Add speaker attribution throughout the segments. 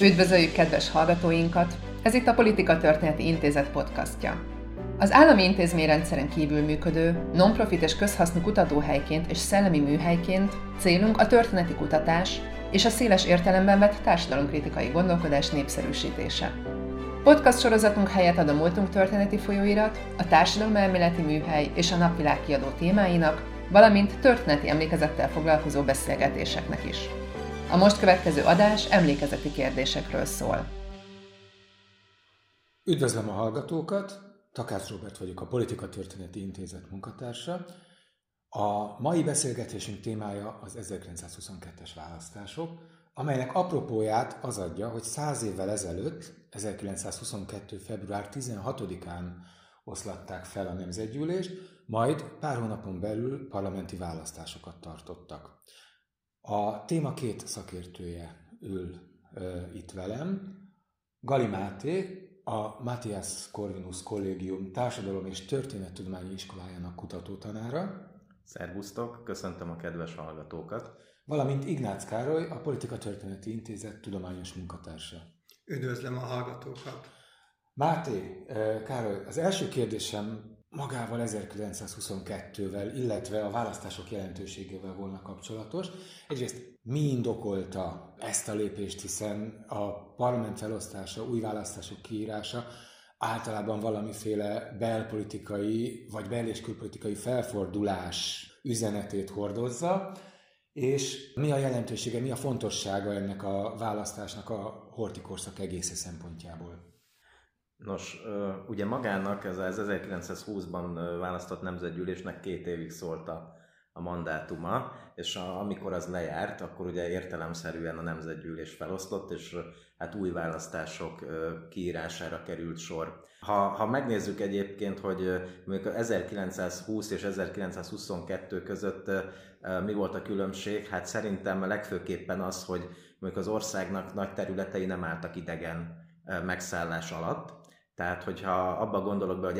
Speaker 1: Üdvözöljük kedves hallgatóinkat! Ez itt a Politika Történeti Intézet podcastja. Az állami intézményrendszeren kívül működő, non-profit és közhasznú kutatóhelyként és szellemi műhelyként célunk a történeti kutatás és a széles értelemben vett társadalomkritikai gondolkodás népszerűsítése. Podcast sorozatunk helyet ad a múltunk történeti folyóirat, a társadalomelméleti műhely és a napvilág kiadó témáinak, valamint történeti emlékezettel foglalkozó beszélgetéseknek is. A most következő adás emlékezeti kérdésekről szól.
Speaker 2: Üdvözlöm a hallgatókat! Takács Róbert vagyok, a Politika Történeti Intézet munkatársa. A mai beszélgetésünk témája az 1922-es választások, amelynek apropóját az adja, hogy 100 évvel ezelőtt, 1922. február 16-án oszlatták fel a nemzetgyűlést, majd pár hónapon belül parlamenti választásokat tartottak. A téma két szakértője ül itt velem. Gali Máté, a Matthias Corvinus Kollégium Társadalom- és Történettudományi Iskolájának kutatótanára.
Speaker 3: Szervusztok, köszöntöm a kedves hallgatókat.
Speaker 2: Valamint Ignác Károly, a Politika Történeti Intézet tudományos munkatársa.
Speaker 4: Üdvözlöm a hallgatókat!
Speaker 2: Máté, Károly, az első kérdésem magával 1922-vel, illetve a választások jelentőségével volna kapcsolatos. Egyrészt mi indokolta ezt a lépést, hiszen a parlament felosztása, új választások kiírása általában valamiféle belpolitikai vagy bel- és külpolitikai felfordulás üzenetét hordozza, és mi a jelentősége, mi a fontossága ennek a választásnak a Horthy korszak egész szempontjából?
Speaker 3: Nos, ugye magának ez az 1920-ban választott nemzetgyűlésnek 2 évig szólt a mandátuma, és amikor az lejárt, akkor ugye értelemszerűen a nemzetgyűlés felosztott, és hát új választások kiírására került sor. Ha megnézzük egyébként, hogy mondjuk 1920 és 1922 között mi volt a különbség, hát szerintem legfőképpen az, hogy mondjuk az országnak nagy területei nem álltak idegen megszállás alatt. Tehát, hogyha abba gondolok be, hogy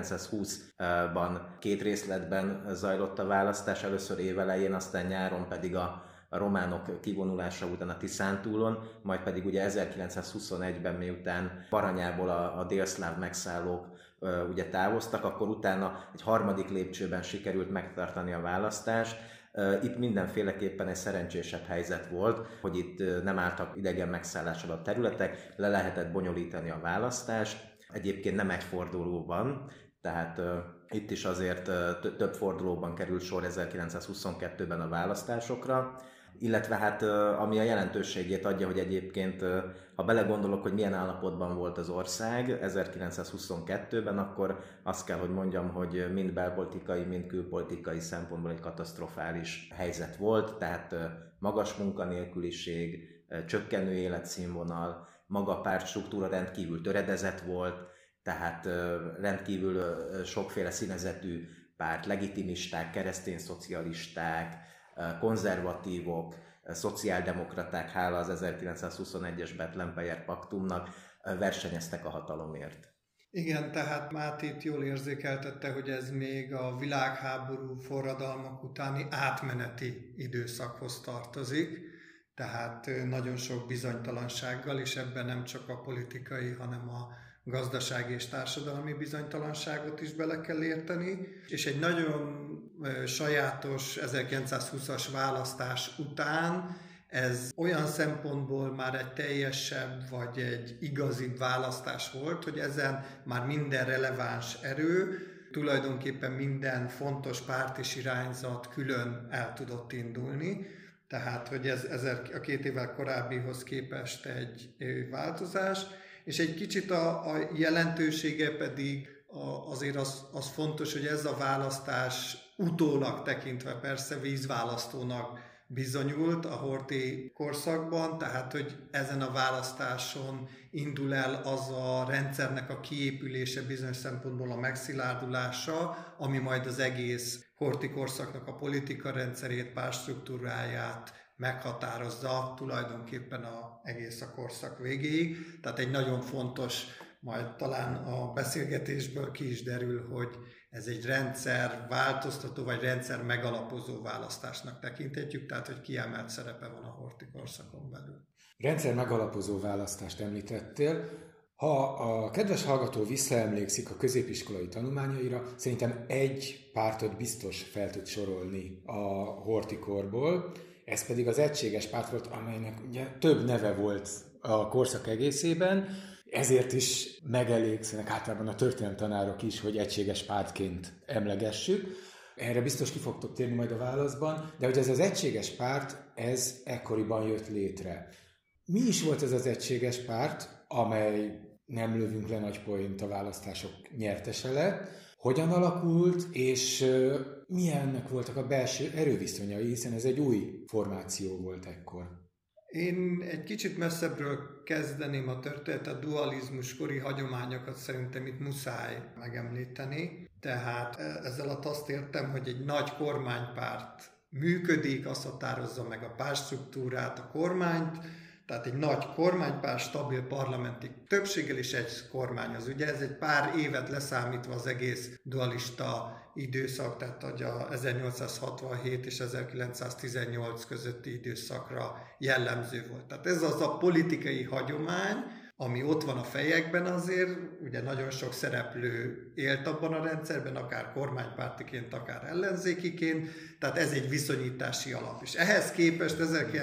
Speaker 3: 1920-ban 2 részletben zajlott a választás, először évelején, aztán nyáron pedig a románok kivonulása után a Tiszántúlon, majd pedig ugye 1921-ben, miután Baranyából a délszláv megszállók ugye távoztak, akkor utána egy harmadik lépcsőben sikerült megtartani a választást. Itt mindenféleképpen egy szerencsésebb helyzet volt, hogy itt nem álltak idegen megszállás alatt területek, le lehetett bonyolítani a választást. Egyébként nem egy fordulóban, tehát itt is azért több fordulóban került sor 1922-ben a választásokra, illetve hát ami a jelentőségét adja, hogy egyébként ha belegondolok, hogy milyen állapotban volt az ország 1922-ben, akkor azt kell, hogy mondjam, hogy mind belpolitikai, mind külpolitikai szempontból egy katasztrofális helyzet volt, tehát magas munkanélküliség, csökkenő életszínvonal, maga a pártstruktúra rendkívül töredezett volt, tehát rendkívül sokféle színezetű párt, legitimisták, keresztényszocialisták, konzervatívok, szociáldemokraták, hála az 1921-es Bethlen-Peyer paktumnak versenyeztek a hatalomért.
Speaker 4: Igen, tehát Máté itt jól érzékeltette, hogy ez még a világháború forradalmak utáni átmeneti időszakhoz tartozik, tehát nagyon sok bizonytalansággal, és ebben nem csak a politikai, hanem a gazdasági és társadalmi bizonytalanságot is bele kell érteni, és egy nagyon sajátos 1920-as választás után ez olyan szempontból már egy teljesebb vagy egy igazibb választás volt, hogy ezen már minden releváns erő, tulajdonképpen minden fontos párt és irányzat külön el tudott indulni. Tehát, hogy ez a 2 évvel korábbihoz képest egy változás, és egy kicsit a jelentősége pedig azért az fontos, hogy ez a választás utólag tekintve persze vízválasztónak bizonyult a Horthy korszakban, tehát hogy ezen a választáson indul el az a rendszernek a kiépülése, bizonyos szempontból a megszilárdulása, ami majd az egész Horthy korszaknak a politika rendszerét, pártstruktúráját meghatározza tulajdonképpen egész a korszak végéig. Tehát egy nagyon fontos majd talán a beszélgetésből ki is derül, hogy ez egy rendszer változtató vagy rendszer megalapozó választásnak tekinthetjük, tehát hogy kiemelt szerepe van a horthy-korszakon belül.
Speaker 2: Rendszer megalapozó választást említettél. Ha a kedves hallgató visszaemlékszik a középiskolai tanulmányaira, szerintem egy pártot biztos fel tud sorolni a horthy-korból, ez pedig az Egységes Párt volt, amelynek ugye több neve volt a korszak egészében, ezért is megelégszenek általában a történelemtanárok is, hogy Egységes Pártként emlegessük. Erre biztos ki fogtok térni majd a válaszban, de hogy ez az Egységes Párt, ez ekkoriban jött létre. Mi is volt ez az Egységes Párt, amely nem lövünk le nagy poént, a választások nyertese lett? Hogyan alakult, és milyennek voltak a belső erőviszonyai, hiszen ez egy új formáció volt ekkor?
Speaker 4: Én egy kicsit messzebbről kezdeném a történetet, a dualizmus kori hagyományokat szerintem itt muszáj megemlíteni. Tehát ezzel azt értem, hogy egy nagy kormánypárt működik, azt határozza meg a pártstruktúrát, a kormányt, tehát egy nagy kormánypárt, stabil parlamenti többséggel is egy kormány az. Ugye ez egy pár évet leszámítva az egész dualista időszak, tehát hogy a 1867 és 1918 közötti időszakra jellemző volt. Tehát ez az a politikai hagyomány, ami ott van a fejekben azért, ugye nagyon sok szereplő élt abban a rendszerben, akár kormánypártiként, akár ellenzékiként, tehát ez egy viszonyítási alap. És ehhez képest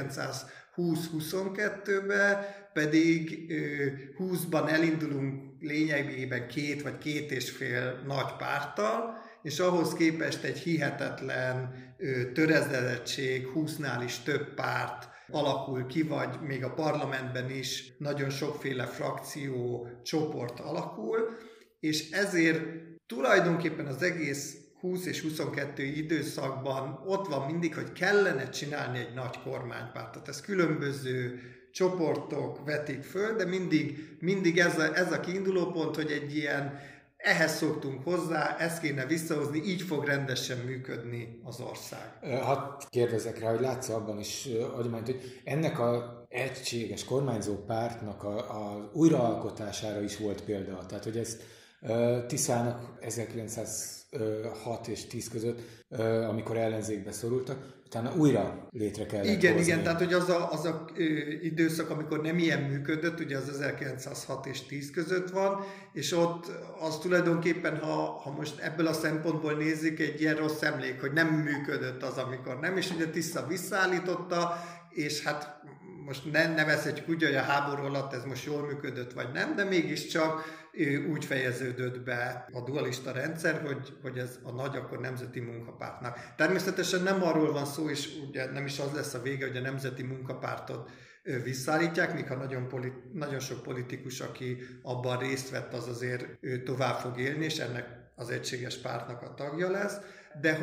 Speaker 4: 1920-22-ben pedig 20-ban elindulunk lényegében 2 vagy 2,5 nagy párttal, és ahhoz képest egy hihetetlen töredezettség, 20-nál is több párt alakul ki, vagy még a parlamentben is nagyon sokféle frakció, csoport alakul, és ezért tulajdonképpen az egész 20 és 22 időszakban ott van mindig, hogy kellene csinálni egy nagy kormánypártot. Ez különböző csoportok vetik föl, de mindig ez a kiindulópont, hogy egy ilyen, ehhez szoktunk hozzá, ezt kéne visszahozni, így fog rendesen működni az ország.
Speaker 2: Hadd kérdezek rá, hogy látsz abban is agyományt, hogy ennek az egységes kormányzó pártnak az újraalkotására is volt példa. Tehát, hogy ezt Tiszának 1906 és 10 között, amikor ellenzékbe szorultak, utána újra létre kellett hozni.
Speaker 4: Igen, tehát hogy az a időszak, amikor nem ilyen működött, ugye az 1906 és 10 között van, és ott az tulajdonképpen, ha most ebből a szempontból nézzük, egy ilyen rossz emlék, hogy nem működött az, amikor nem, és ugye Tisza visszaállította, és hát most ne nevezhetjük úgy, hogy a háború alatt ez most jól működött, vagy nem, de mégiscsak úgy fejeződött be a dualista rendszer, hogy ez a nagy akkor Nemzeti Munkapártnak. Természetesen nem arról van szó, és ugye nem is az lesz a vége, hogy a Nemzeti Munkapártot visszaállítják, míg ha nagyon sok politikus, aki abban részt vett, az azért tovább fog élni, és ennek az Egységes Pártnak a tagja lesz, de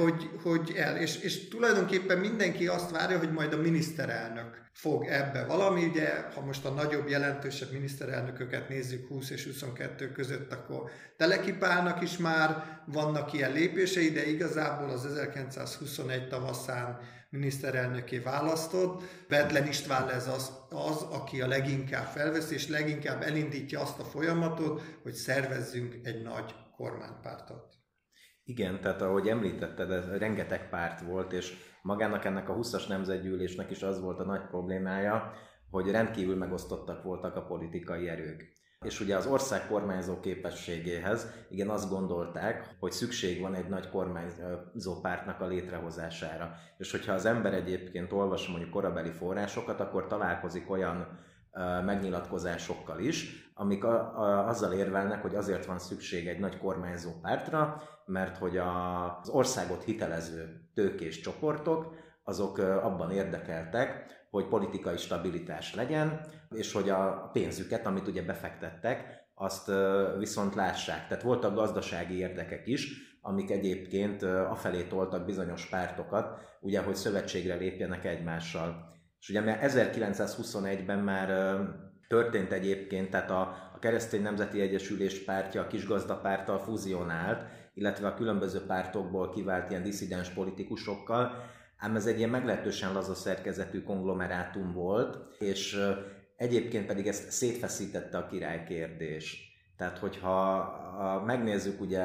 Speaker 4: és tulajdonképpen mindenki azt várja, hogy majd a miniszterelnök fog ebbe valami, ugye, ha most a nagyobb, jelentősebb miniszterelnököket nézzük 20 és 22 között, akkor Teleki Pálnak is már vannak ilyen lépései, de igazából az 1921 tavaszán miniszterelnöké választott. Bethlen István lesz az, aki a leginkább felvesz, és leginkább elindítja azt a folyamatot, hogy szervezzünk egy nagy kormánypártot.
Speaker 3: Igen, tehát ahogy említetted, ez rengeteg párt volt, és magának ennek a 20-as nemzetgyűlésnek is az volt a nagy problémája, hogy rendkívül megosztottak voltak a politikai erők. És ugye az ország kormányzó képességéhez igen azt gondolták, hogy szükség van egy nagy kormányzó pártnak a létrehozására. És hogyha az ember egyébként olvas mondjuk korabeli forrásokat, akkor találkozik olyan megnyilatkozásokkal is, amik azzal érvelnek, hogy azért van szükség egy nagy kormányzó pártra, mert hogy az országot hitelező tőkés csoportok, azok abban érdekeltek, hogy politikai stabilitás legyen, és hogy a pénzüket, amit ugye befektettek, azt viszont lássák. Tehát voltak gazdasági érdekek is, amik egyébként afelé toltak bizonyos pártokat, ugye, hogy szövetségre lépjenek egymással. És ugye 1921-ben már történt egyébként, tehát a Keresztény Nemzeti Egyesülés pártja a Kisgazdapárttal fuzionált, illetve a különböző pártokból kivált ilyen disszidens politikusokkal, ám ez egy ilyen meglehetősen laza szerkezetű konglomerátum volt, és egyébként pedig ezt szétfeszítette a királykérdés. Tehát, hogyha megnézzük ugye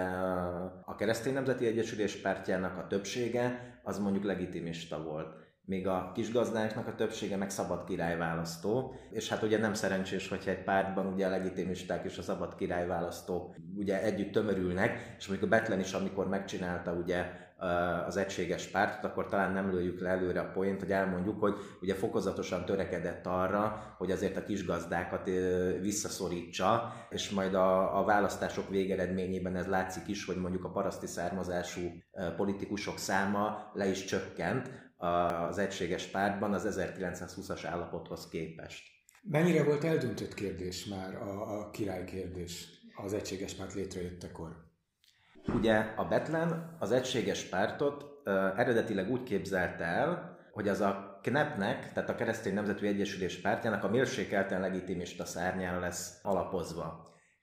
Speaker 3: a Keresztény Nemzeti Egyesülés pártjának a többsége, az mondjuk legitimista volt. Még a kisgazdáknak a többsége meg szabad királyválasztó, és hát ugye nem szerencsés, hogyha egy pártban ugye a legitimisták és a szabad királyválasztó ugye együtt tömörülnek, és mondjuk a Bethlen is, amikor megcsinálta ugye az egységes pártot, akkor talán nem lőjük le előre a point, hogy elmondjuk, hogy ugye fokozatosan törekedett arra, hogy azért a kisgazdákat visszaszorítsa, és majd a választások végeredményében ez látszik is, hogy mondjuk a paraszti származású politikusok száma le is csökkent az egységes pártban az 1920-as állapothoz képest.
Speaker 2: Mennyire volt eldöntött kérdés már a királykérdés az egységes párt létrejöttekor?
Speaker 3: Ugye a Bethlen az egységes pártot eredetileg úgy képzelte el, hogy az a KNEP-nek, tehát a Keresztény Nemzetű Egyesülés pártjának a mérsékelten legitimista szárnyára lesz alapozva.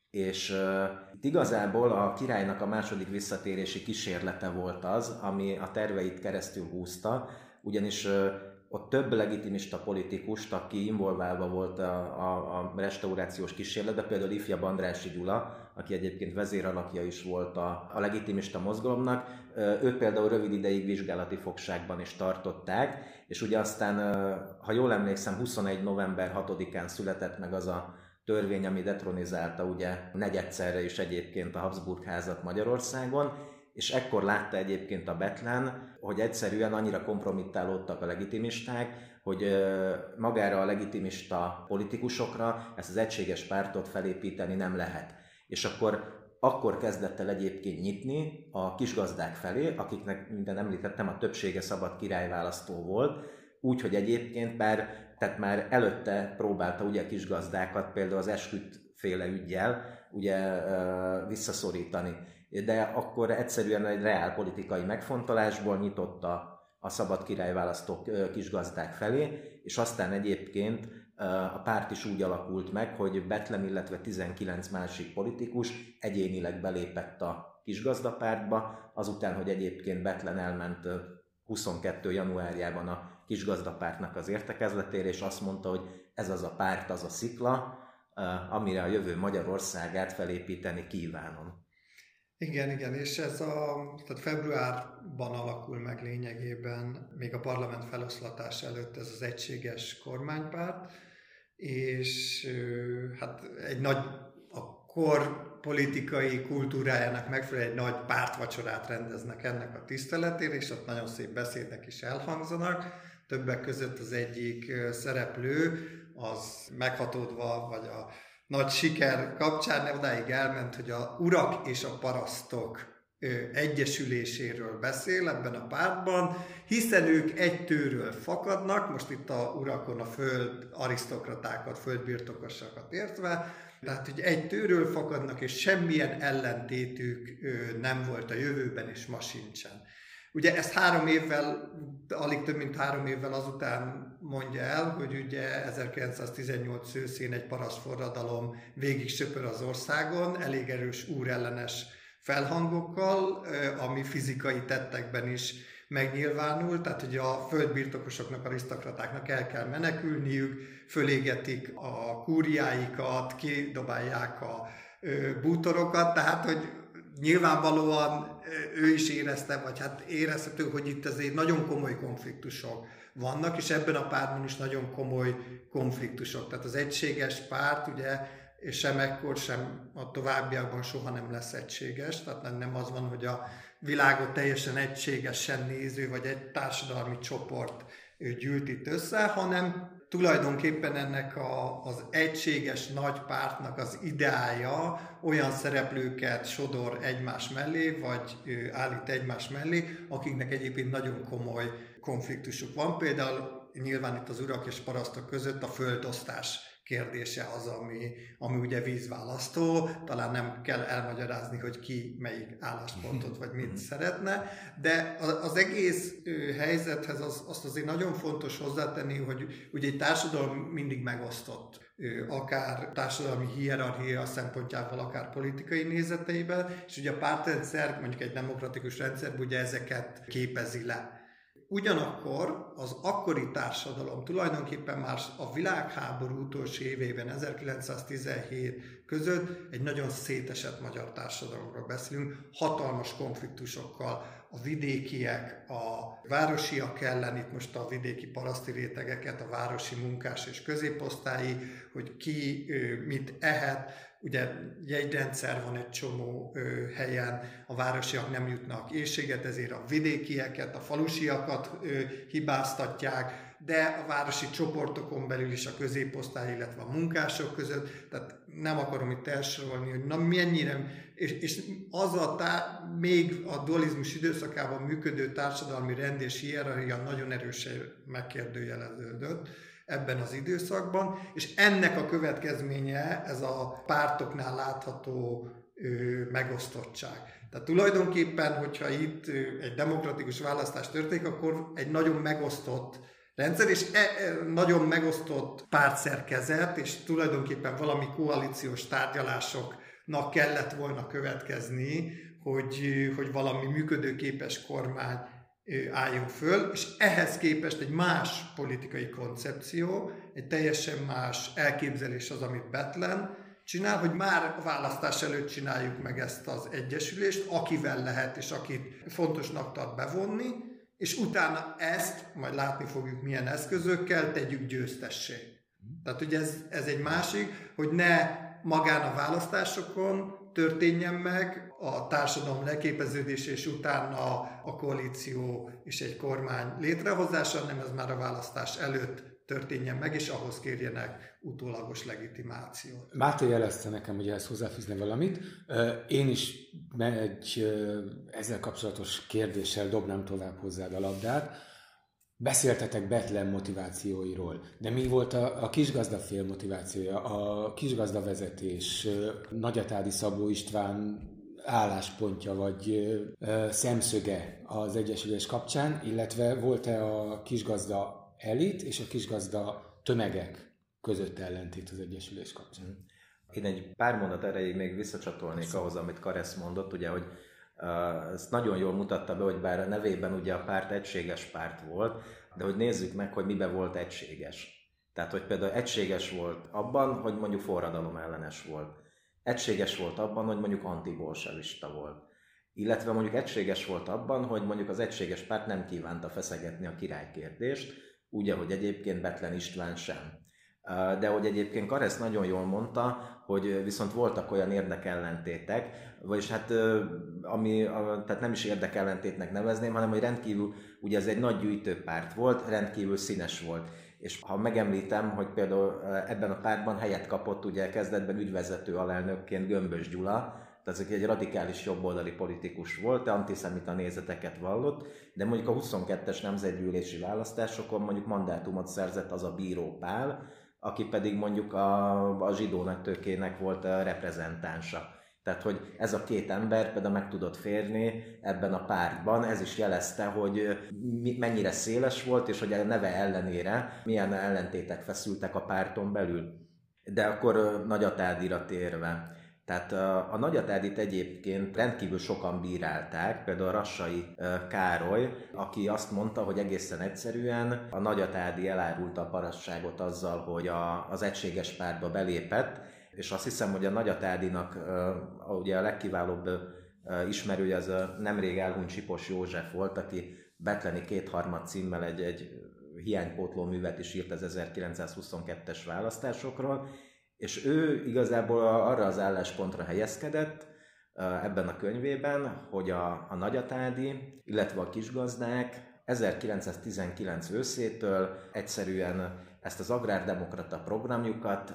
Speaker 3: És igazából a királynak a második visszatérési kísérlete volt az, ami a terveit keresztül húzta, ugyanis ott több legitimista politikust, aki involválva volt a restaurációs kísérletbe, például ifjabb Andrássy Gyula, aki egyébként vezéralakja is volt a legitimista mozgalomnak, őt például rövid ideig vizsgálati fogságban is tartották, és ugye aztán, ha jól emlékszem, 21. november 6-án született meg az a törvény, ami detronizálta ugye negyedszerre is egyébként a Habsburg házat Magyarországon, és ekkor látta egyébként a Bethlen, hogy egyszerűen annyira kompromittálódtak a legitimisták, hogy magára a legitimista politikusokra ezt az egységes pártot felépíteni nem lehet. És akkor kezdett el egyébként nyitni a kisgazdák felé, akiknek, minden említettem, a többsége szabad királyválasztó volt, úgyhogy egyébként már előtte próbálta ugye a kisgazdákat például az Esküdt féle üggyel ugye visszaszorítani. De akkor egyszerűen egy reálpolitikai megfontolásból nyitotta a szabad királyválasztók kisgazdák felé, és aztán egyébként a párt is úgy alakult meg, hogy Bethlen, illetve 19 másik politikus egyénileg belépett a kisgazdapártba, azután, hogy egyébként Bethlen elment 22. januárjában a kisgazdapártnak az értekezletére, és azt mondta, hogy ez az a párt, az a szikla, amire a jövő Magyarországát felépíteni kívánom.
Speaker 4: Igen, és ez tehát februárban alakul meg lényegében, még a parlament feloszlatás előtt ez az egységes kormánypárt, és hát a kor politikai kultúrájának megfelelően egy nagy pártvacsorát rendeznek ennek a tiszteletére, és ott nagyon szép beszédek is elhangzanak. Többek között az egyik szereplő, az meghatódva, vagy a nagy siker kapcsán odáig elment, hogy a urak és a parasztok egyesüléséről beszél ebben a pártban, hiszen ők egy tőről fakadnak, most itt a urakon a föld arisztokratákat, földbirtokosokat értve, tehát hogy egy tőről fakadnak, és semmilyen ellentétük nem volt a jövőben, és ma sincsen. Ugye ezt alig több mint 3 évvel azután mondja el, hogy ugye 1918 őszén egy parasztforradalom végig söpör az országon, elég erős úrellenes felhangokkal, ami fizikai tettekben is megnyilvánul, tehát hogy a földbirtokosoknak, arisztokratáknak el kell menekülniük, fölégetik a kúriáikat, kidobálják a bútorokat, tehát hogy nyilvánvalóan ő is érezte, vagy hát érezhető, hogy itt azért nagyon komoly konfliktusok vannak, és ebben a pártban is nagyon komoly konfliktusok. Tehát az egységes párt ugye sem ekkor, sem a továbbiakban soha nem lesz egységes, tehát nem az van, hogy a világot teljesen egységesen néző, vagy egy társadalmi csoport gyűlt itt össze, hanem tulajdonképpen ennek az egységes nagy pártnak az ideája olyan szereplőket sodor egymás mellé, vagy állít egymás mellé, akiknek egyébként nagyon komoly konfliktusuk van. Például nyilván itt az urak és parasztok között a földosztás kérdése az, ami ugye vízválasztó, talán nem kell elmagyarázni, hogy ki melyik álláspontot vagy mit szeretne, de az egész helyzethez azt azért nagyon fontos hozzátenni, hogy ugye egy társadalom mindig megosztott, akár társadalmi hierarchia szempontjából, akár politikai nézeteiben, és ugye a pártrendszer, mondjuk egy demokratikus rendszer, ugye ezeket képezi le. Ugyanakkor az akkori társadalom tulajdonképpen már a világháború utolsó évében, 1917. között egy nagyon szétesett magyar társadalomról beszélünk, hatalmas konfliktusokkal, a vidékiek, a városiak ellen, itt most a vidéki paraszti rétegeket, a városi munkás és középosztályi, hogy ki mit ehet. Ugye jegyrendszer van egy csomó helyen, a városiak nem jutnak éhséget, ezért a vidékieket, a falusiakat hibáztatják, de a városi csoportokon belül is a középosztály, illetve a munkások között, tehát nem akarom itt elsorolni, hogy na mennyire, és az még a dualizmus időszakában működő társadalmi rend és hierarchia nagyon erősen megkérdőjeleződött ebben az időszakban, és ennek a következménye ez a pártoknál látható megosztottság. Tehát tulajdonképpen, hogyha itt egy demokratikus választás történik, akkor egy nagyon megosztott rendszer, és nagyon megosztott pártszerkezet, és tulajdonképpen valami koalíciós tárgyalásoknak kellett volna következni, hogy valami működőképes kormány álljon föl, és ehhez képest egy más politikai koncepció, egy teljesen más elképzelés az, amit Bethlen csinál, hogy már a választás előtt csináljuk meg ezt az egyesülést, akivel lehet, és akit fontosnak tart bevonni, és utána ezt, majd látni fogjuk milyen eszközökkel, tegyük győztessé. Tehát ugye ez egy másik, hogy ne magán a választásokon történjen meg a társadalom leképeződése, és utána a koalíció és egy kormány létrehozása, hanem ez már a választás előtt történjen meg, és ahhoz kérjenek utólagos legitimációt.
Speaker 2: Máté jelezte nekem, hogy ehhez hozzáfűzne valamit. Én is egy ezzel kapcsolatos kérdéssel dobnám tovább hozzád a labdát. Beszéltetek Bethlen motivációiról, de mi volt a kisgazdafél motivációja, a kisgazdavezetés, Nagyatádi Szabó István álláspontja vagy szemszöge az egyesülés kapcsán, illetve volt-e a kisgazda elit és a kisgazda tömegek között ellentét az egyesülés kapcsán?
Speaker 3: Én egy pár mondat erejéig még visszacsatolnék ahhoz, amit Karesz mondott, ugye, hogy ezt nagyon jól mutatta be, hogy bár a nevében ugye a párt egységes párt volt, de hogy nézzük meg, hogy miben volt egységes. Tehát, hogy például egységes volt abban, hogy mondjuk forradalom ellenes volt. Egységes volt abban, hogy mondjuk antibolsevista volt. Illetve mondjuk egységes volt abban, hogy mondjuk az egységes párt nem kívánta feszegetni a királykérdést, úgy, ahogy egyébként Bethlen István sem. De hogy egyébként Karesz nagyon jól mondta, hogy viszont voltak olyan érdekellentétek, vagyis hát tehát nem is érdekellentétnek nevezném, hanem hogy rendkívül, ugye ez egy nagy gyűjtőpárt volt, rendkívül színes volt. És ha megemlítem, hogy például ebben a pártban helyet kapott ugye kezdetben ügyvezető alelnökként Gömbös Gyula, tehát egy radikális jobboldali politikus volt, de antiszemita nézeteket vallott, de mondjuk a 22-es nemzetgyűlési választásokon mondjuk mandátumot szerzett az a Bíró Pál, aki pedig mondjuk a zsidó nagytőkének volt a reprezentánsa. Tehát, hogy ez a két ember például meg tudott férni ebben a pártban, ez is jelezte, hogy mennyire széles volt, és hogy a neve ellenére milyen ellentétek feszültek a párton belül. De akkor Nagyatádira térve. Tehát a Nagyatádit egyébként rendkívül sokan bírálták, például Rassai Károly, aki azt mondta, hogy egészen egyszerűen a Nagyatádi elárulta a parasztságot azzal, hogy az egységes pártba belépett, és azt hiszem, hogy a Nagyatádinak ugye a legkiválóbb ismerője az nemrég elhunyt Sipos József volt, aki Bethleni kétharmad címmel egy hiánypótló művet is írt az 1922-es választásokról, és ő igazából arra az álláspontra helyezkedett ebben a könyvében, hogy a Nagyatádi, illetve a kisgazdák 1919 őszétől egyszerűen ezt az agrárdemokrata programjukat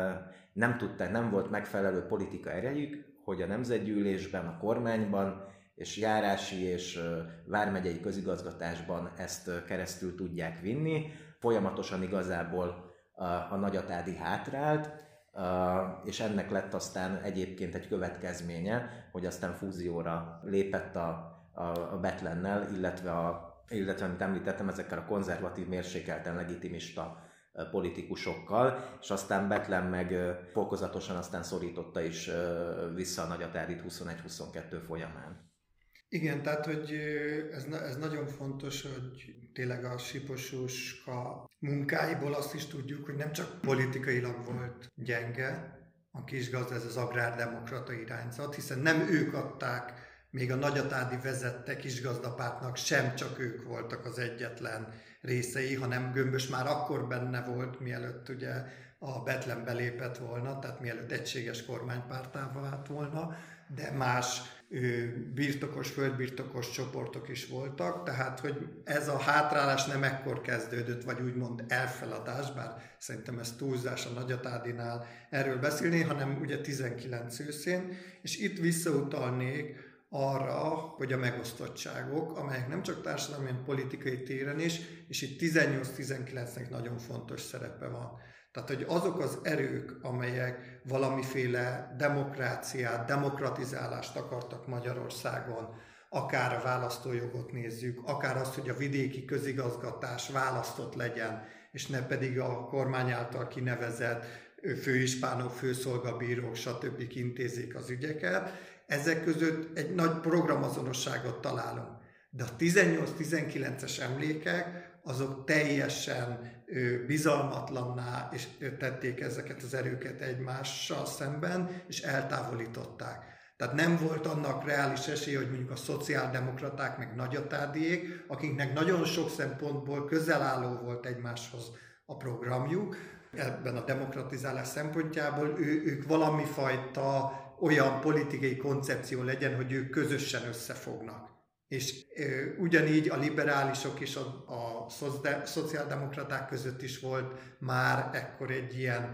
Speaker 3: nem volt megfelelő politika erejük, hogy a nemzetgyűlésben, a kormányban és járási és vármegyei közigazgatásban ezt keresztül tudják vinni. Folyamatosan igazából a Nagyatádi hátrált, és ennek lett aztán egyébként egy következménye, hogy aztán fúzióra lépett a Bethlennel, illetve amit említettem, ezekkel a konzervatív, mérsékelten legitimista politikusokkal, és aztán Bethlen meg fokozatosan aztán szorította is vissza a Nagyatádit 21-22 folyamán.
Speaker 4: Igen, tehát hogy ez nagyon fontos, hogy tényleg a Sipos Józska munkáiból azt is tudjuk, hogy nem csak politikailag volt gyenge, a kisgazda, ez az agrárdemokrata irányzat, hiszen nem ők adták, még a Nagyatádi vezette kisgazdapártnak sem csak ők voltak az egyetlen részei, hanem Gömbös már akkor benne volt, mielőtt ugye a Bethlen belépett volna, tehát mielőtt egységes kormánypárttá vált volna, de más földbirtokos csoportok is voltak, tehát hogy ez a hátrálás nem ekkor kezdődött, vagy úgymond elfeladás, bár szerintem ez túlzás a Nagyatádinál erről beszélni, hanem ugye 19 őszén, és itt visszautalnék arra, hogy a megosztottságok, amelyek nem csak társadalmi, hanem politikai téren is, és itt 18-19-nek nagyon fontos szerepe van. Tehát, hogy azok az erők, amelyek valamiféle demokráciát, demokratizálást akartak Magyarországon, akár a választójogot nézzük, akár azt, hogy a vidéki közigazgatás választott legyen, és ne pedig a kormány által kinevezett főispánok, főszolgabírók, stb. Intézik az ügyeket, ezek között egy nagy programazonosságot találunk. De a 18-19-es emlékek, azok teljesen bizalmatlanná és tették ezeket az erőket egymással szemben, és eltávolították. Tehát nem volt annak reális esélye, hogy mondjuk a szociáldemokraták, meg Nagyatádiék, akiknek nagyon sok szempontból közel álló volt egymáshoz a programjuk, ebben a demokratizálás szempontjából ők valami fajta olyan politikai koncepció legyen, hogy ők közösen összefognak. És ugyanígy a liberálisok és a szociáldemokraták között is volt már ekkor egy ilyen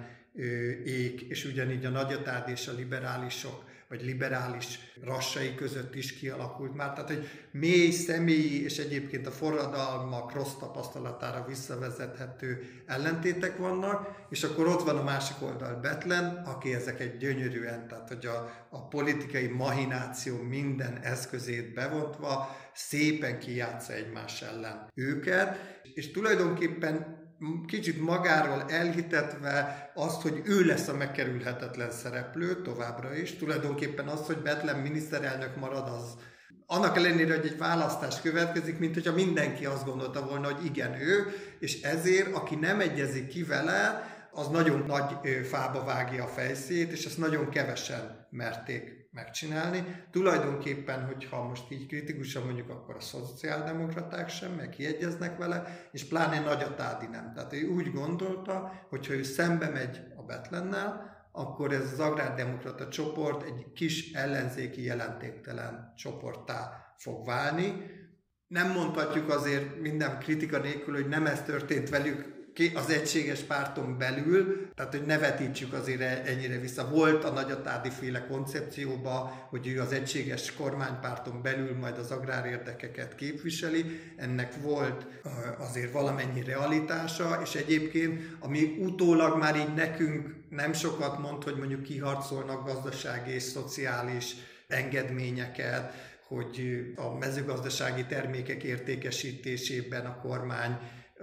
Speaker 4: ék, és ugyanígy a Nagyatádi és a liberálisok, vagy liberális rassai között is kialakult már. Tehát, hogy mély személyi és egyébként a forradalmak rossz tapasztalatára visszavezethető ellentétek vannak, és akkor ott van a másik oldal Bethlen, aki ezeket gyönyörűen, tehát hogy a politikai mahináció minden eszközét bevontva szépen kijátsza egymás ellen őket, és tulajdonképpen kicsit magáról elhitetve azt, hogy ő lesz a megkerülhetetlen szereplő továbbra is. Tulajdonképpen az, hogy Bethlen miniszterelnök marad, az annak ellenére, hogy egy választás következik, mint hogyha mindenki azt gondolta volna, hogy igen, ő, és ezért, aki nem egyezik ki vele, az nagyon nagy fába vágja a fejszét, és ezt nagyon kevesen merték megcsinálni. Tulajdonképpen, hogyha most így kritikusan mondjuk, akkor a szociáldemokraták sem, meg kiegyeznek vele, és pláne Nagyatádi nem. Tehát ő úgy gondolta, hogyha ő szembe megy a Bethlennel, akkor ez az agrárdemokrata csoport egy kis ellenzéki jelentéktelen csoporttá fog válni. Nem mondhatjuk azért minden kritika nélkül, hogy nem ez történt velük az egységes párton belül, tehát hogy ne vetítsük azért ennyire vissza. Volt a Nagyatádi féle koncepcióban, hogy ő az egységes kormánypárton belül majd az agrárérdekeket képviseli, ennek volt azért valamennyi realitása, és egyébként, ami utólag már így nekünk nem sokat mond, hogy mondjuk kiharcolnak gazdasági és szociális engedményeket, hogy a mezőgazdasági termékek értékesítésében a kormány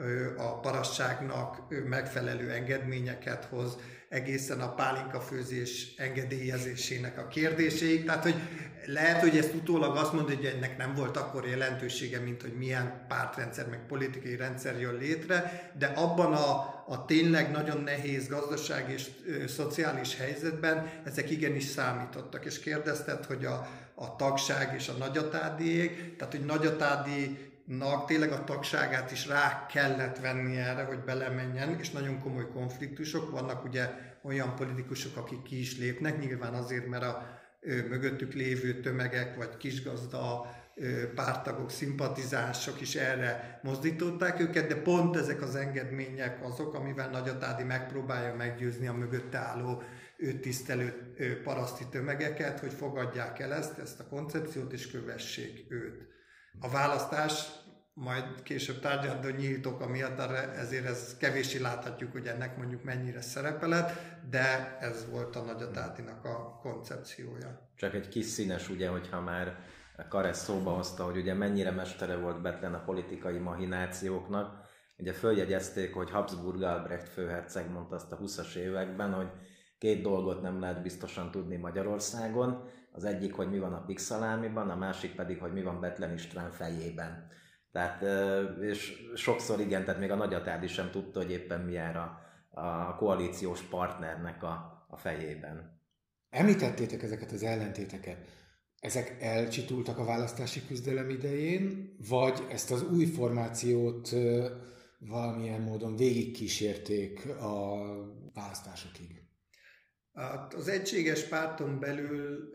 Speaker 4: a parasságnak megfelelő engedményeket hoz, egészen a pálinkafőzés engedélyezésének a kérdéséig. Tehát, hogy lehet, hogy ezt utólag azt mondja, hogy ennek nem volt akkor jelentősége, mint hogy milyen pártrendszer, meg politikai rendszer jön létre, de abban a tényleg nagyon nehéz gazdasági és szociális helyzetben ezek igenis számítottak. És kérdezted, hogy a tagság és a Nagyatádiék, tehát, hogy Nagyatádinak tényleg a tagságát is rá kellett venni erre, hogy belemenjen, és nagyon komoly konfliktusok vannak, ugye olyan politikusok, akik ki is lépnek, nyilván azért, mert a mögöttük lévő tömegek, vagy kisgazda párttagok, szimpatizánsok is erre mozdították őket, de pont ezek az engedmények azok, amivel Nagyatádi megpróbálja meggyőzni a mögötte álló őt tisztelő paraszti tömegeket, hogy fogadják el ezt a koncepciót, és kövessék őt. A választás majd később tárgyalni, hogy nyílt oka miatt, ezért ez kevéssé láthatjuk, hogy ennek mondjuk mennyire szerepe lett, de ez volt a Nagyatádinak a koncepciója.
Speaker 3: Csak egy kis színes, ugye, hogyha már Karesz szóba hozta, hogy ugye mennyire mestere volt Bethlen a politikai mahinációknak. Ugye följegyezték, hogy Habsburg Albrecht főherceg mondta azt a 20-as években, hogy 2 dolgot nem lehet biztosan tudni Magyarországon. Az egyik, hogy mi van a Pixalámiban, a másik pedig, hogy mi van Bethlen István fejében. Tehát, és sokszor igen, tehát még a Nagyatádi sem tudta, hogy éppen milyen a koalíciós partnernek a a fejében.
Speaker 2: Említettétek ezeket az ellentéteket. Ezek elcsitultak a választási küzdelem idején, vagy ezt az új formációt valamilyen módon végigkísérték a választásokig?
Speaker 4: Az egységes párton belül,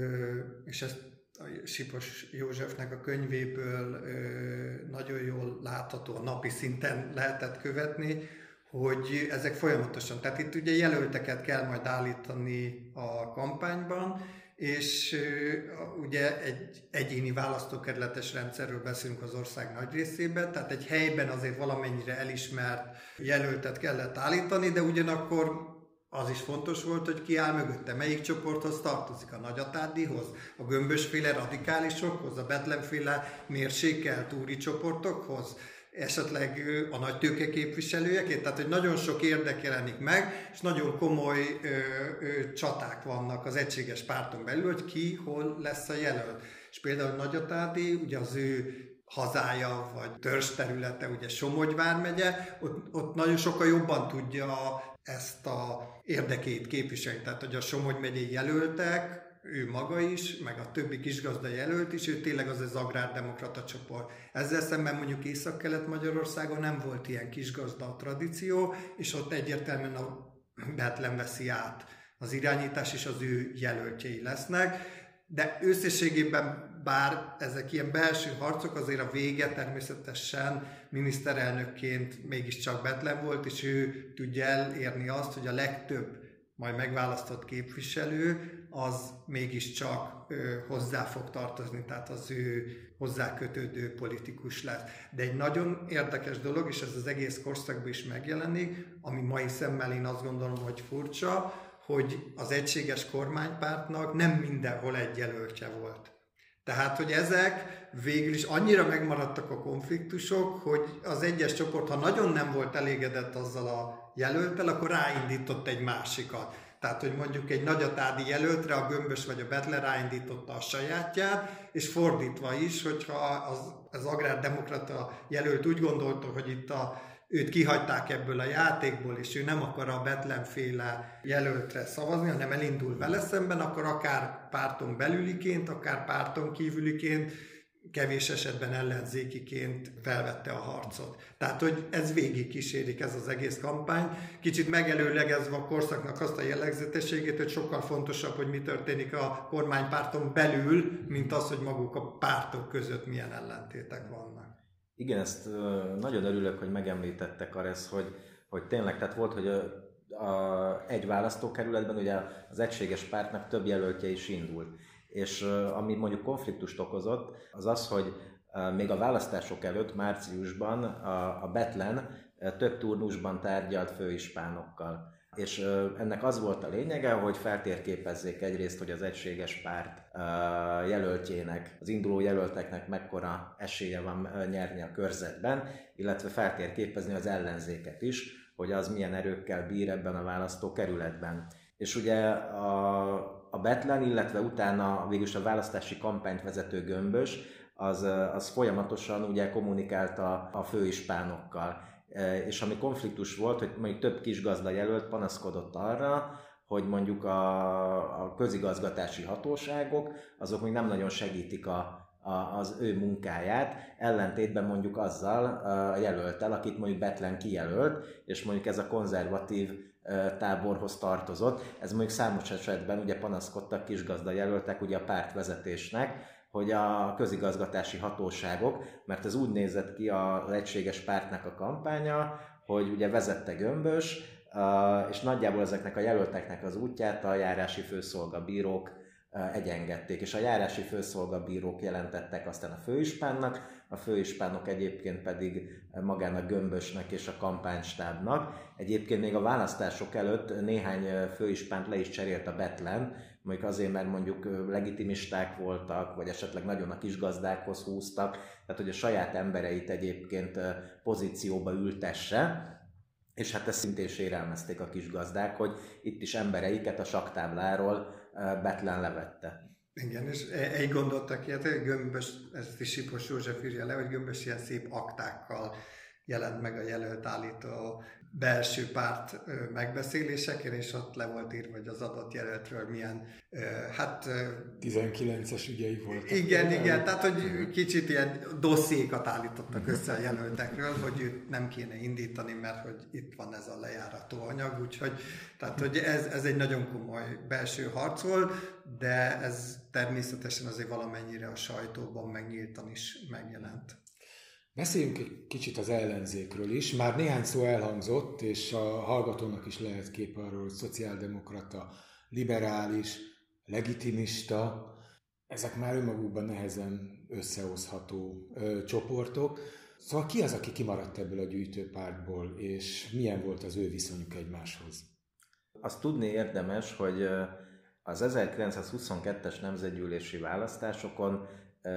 Speaker 4: és ezt a Sipos Józsefnek a könyvéből nagyon jól látható, a napi szinten lehetett követni, hogy ezek folyamatosan, tehát itt ugye jelölteket kell majd állítani a kampányban, és ugye egy egyéni választókerületes rendszerről beszélünk az ország nagy részében, tehát egy helyben azért valamennyire elismert jelöltet kellett állítani, de ugyanakkor az is fontos volt, hogy ki áll mögötte, melyik csoporthoz tartozik, a Nagyatádihoz, a gömbösféle radikálisokhoz, a Betlenféle mérsékelt úri csoportokhoz, esetleg a nagy tőke képviselőjeként, tehát hogy nagyon sok érdek jelenik meg, és nagyon komoly csaták vannak az egységes párton belül, hogy ki, hol lesz a jelölt. És például Nagyatádi, ugye az ő hazája, vagy törzsterülete, ugye Somogy vármegye, ott nagyon sokkal jobban tudja ezt a érdekét képviselni. Tehát, hogy a Somogy megyei jelöltek, ő maga is, meg a többi kisgazda jelölt is, ő tényleg az agrárdemokrata csoport. Ezzel szemben mondjuk Észak-Kelet-Magyarországon nem volt ilyen kisgazda tradíció, és ott egyértelműen a Betlen veszi át az irányítás, és az ő jelöltjei lesznek. De összességében, bár ezek ilyen belső harcok, azért a vége természetesen miniszterelnökként mégiscsak Betlen volt, és ő tudja elérni azt, hogy a legtöbb majd megválasztott képviselő, az mégiscsak hozzá fog tartozni, tehát az ő hozzákötődő politikus lesz. De egy nagyon érdekes dolog, és ez az egész korszakban is megjelenik, ami mai szemmel én azt gondolom, hogy furcsa, hogy az egységes kormánypártnak nem mindenhol egy jelöltje volt. Tehát, hogy ezek végül is annyira megmaradtak a konfliktusok, hogy az egyes csoport, ha nagyon nem volt elégedett azzal a jelölttel, akkor ráindított egy másikat. Tehát, hogy mondjuk egy Nagyatádi jelöltre a Gömbös vagy a Betlen ráindította a sajátját, és fordítva is, hogyha az agrárdemokrata jelölt úgy gondolta, hogy itt őt kihagyták ebből a játékból, és ő nem akar a Betlenféle jelöltre szavazni, hanem elindul vele szemben, akkor akár párton belüliként, akár párton kívüliként, kevés esetben ellenzékiként felvette a harcot. Tehát, hogy ez végig kísérik ez az egész kampány. Kicsit megelőlegezve a korszaknak azt a jellegzetességét, hogy sokkal fontosabb, hogy mi történik a kormánypárton belül, mint az, hogy maguk a pártok között milyen ellentétek vannak.
Speaker 3: Igen, ezt nagyon örülök, hogy megemlítettek arra, hogy tényleg, tehát volt, hogy egy választókerületben ugye az egységes pártnak több jelöltje is indult. És ami mondjuk konfliktust okozott, az az, hogy még a választások előtt, márciusban a Betlen több turnusban tárgyalt főispánokkal. És ennek az volt a lényege, hogy feltérképezzék egyrészt, hogy az egységes párt jelöltjének, az induló jelölteknek mekkora esélye van nyerni a körzetben, illetve feltérképezni az ellenzéket is, hogy az milyen erőkkel bír ebben a választókerületben. És ugye a Betlen, illetve utána végülis a választási kampányt vezető Gömbös, az folyamatosan ugye kommunikálta a főispánokkal. És ami konfliktus volt, hogy mondjuk több kisgazda jelölt panaszkodott arra, hogy mondjuk a közigazgatási hatóságok, azok még nem nagyon segítik az ő munkáját, ellentétben mondjuk azzal a jelölttel, akit mondjuk Betlen kijelölt, és mondjuk ez a konzervatív táborhoz tartozott. Ez mondjuk számos esetben ugye panaszkodtak kisgazda jelöltek ugye a pártvezetésnek, hogy a közigazgatási hatóságok, mert ez úgy nézett ki az egységes pártnak a kampánya, hogy ugye vezette Gömbös, és nagyjából ezeknek a jelölteknek az útját a járási főszolgabírók egyengedték, és a járási főszolgabírók jelentettek aztán a főispánnak, a főispánok egyébként pedig magának Gömbösnek és a kampánystábnak. Egyébként még a választások előtt néhány főispánt le is cserélt a Betlen, mondjuk azért, mert mondjuk legitimisták voltak, vagy esetleg nagyon a kisgazdákhoz húztak, tehát hogy a saját embereit egyébként pozícióba ültesse, és hát ezt szintén sérelmezték a kisgazdák, hogy itt is embereiket a saktábláról Betlen levette.
Speaker 4: Igen, és egy gondoltak ilyet, hogy Gömbös, ezt is Sipos József írja le, hogy Gömbös ilyen szép aktákkal jelent meg a jelölt állító belső párt megbeszéléseken, és ott le volt írva, hogy az adott jelöltről milyen,
Speaker 2: 19-es ügyei voltak.
Speaker 4: Igen, tehát hogy kicsit ilyen dossziékat állítottak össze a jelöltekről, hogy őt nem kéne indítani, mert hogy itt van ez a lejárató anyag, úgyhogy tehát, hogy ez egy nagyon komoly belső harc volt, de ez természetesen azért valamennyire a sajtóban megnyíltan is megjelent.
Speaker 2: Beszéljünk egy kicsit az ellenzékről is. Már néhány szó elhangzott, és a hallgatónak is lehet kép arról, hogy szociáldemokrata, liberális, legitimista, ezek már önmagukban nehezen összehozható csoportok. Szóval ki az, aki kimaradt ebből a gyűjtőpártból, és milyen volt az ő viszonyuk egymáshoz?
Speaker 3: Azt tudni érdemes, hogy az 1922-es nemzetgyűlési választásokon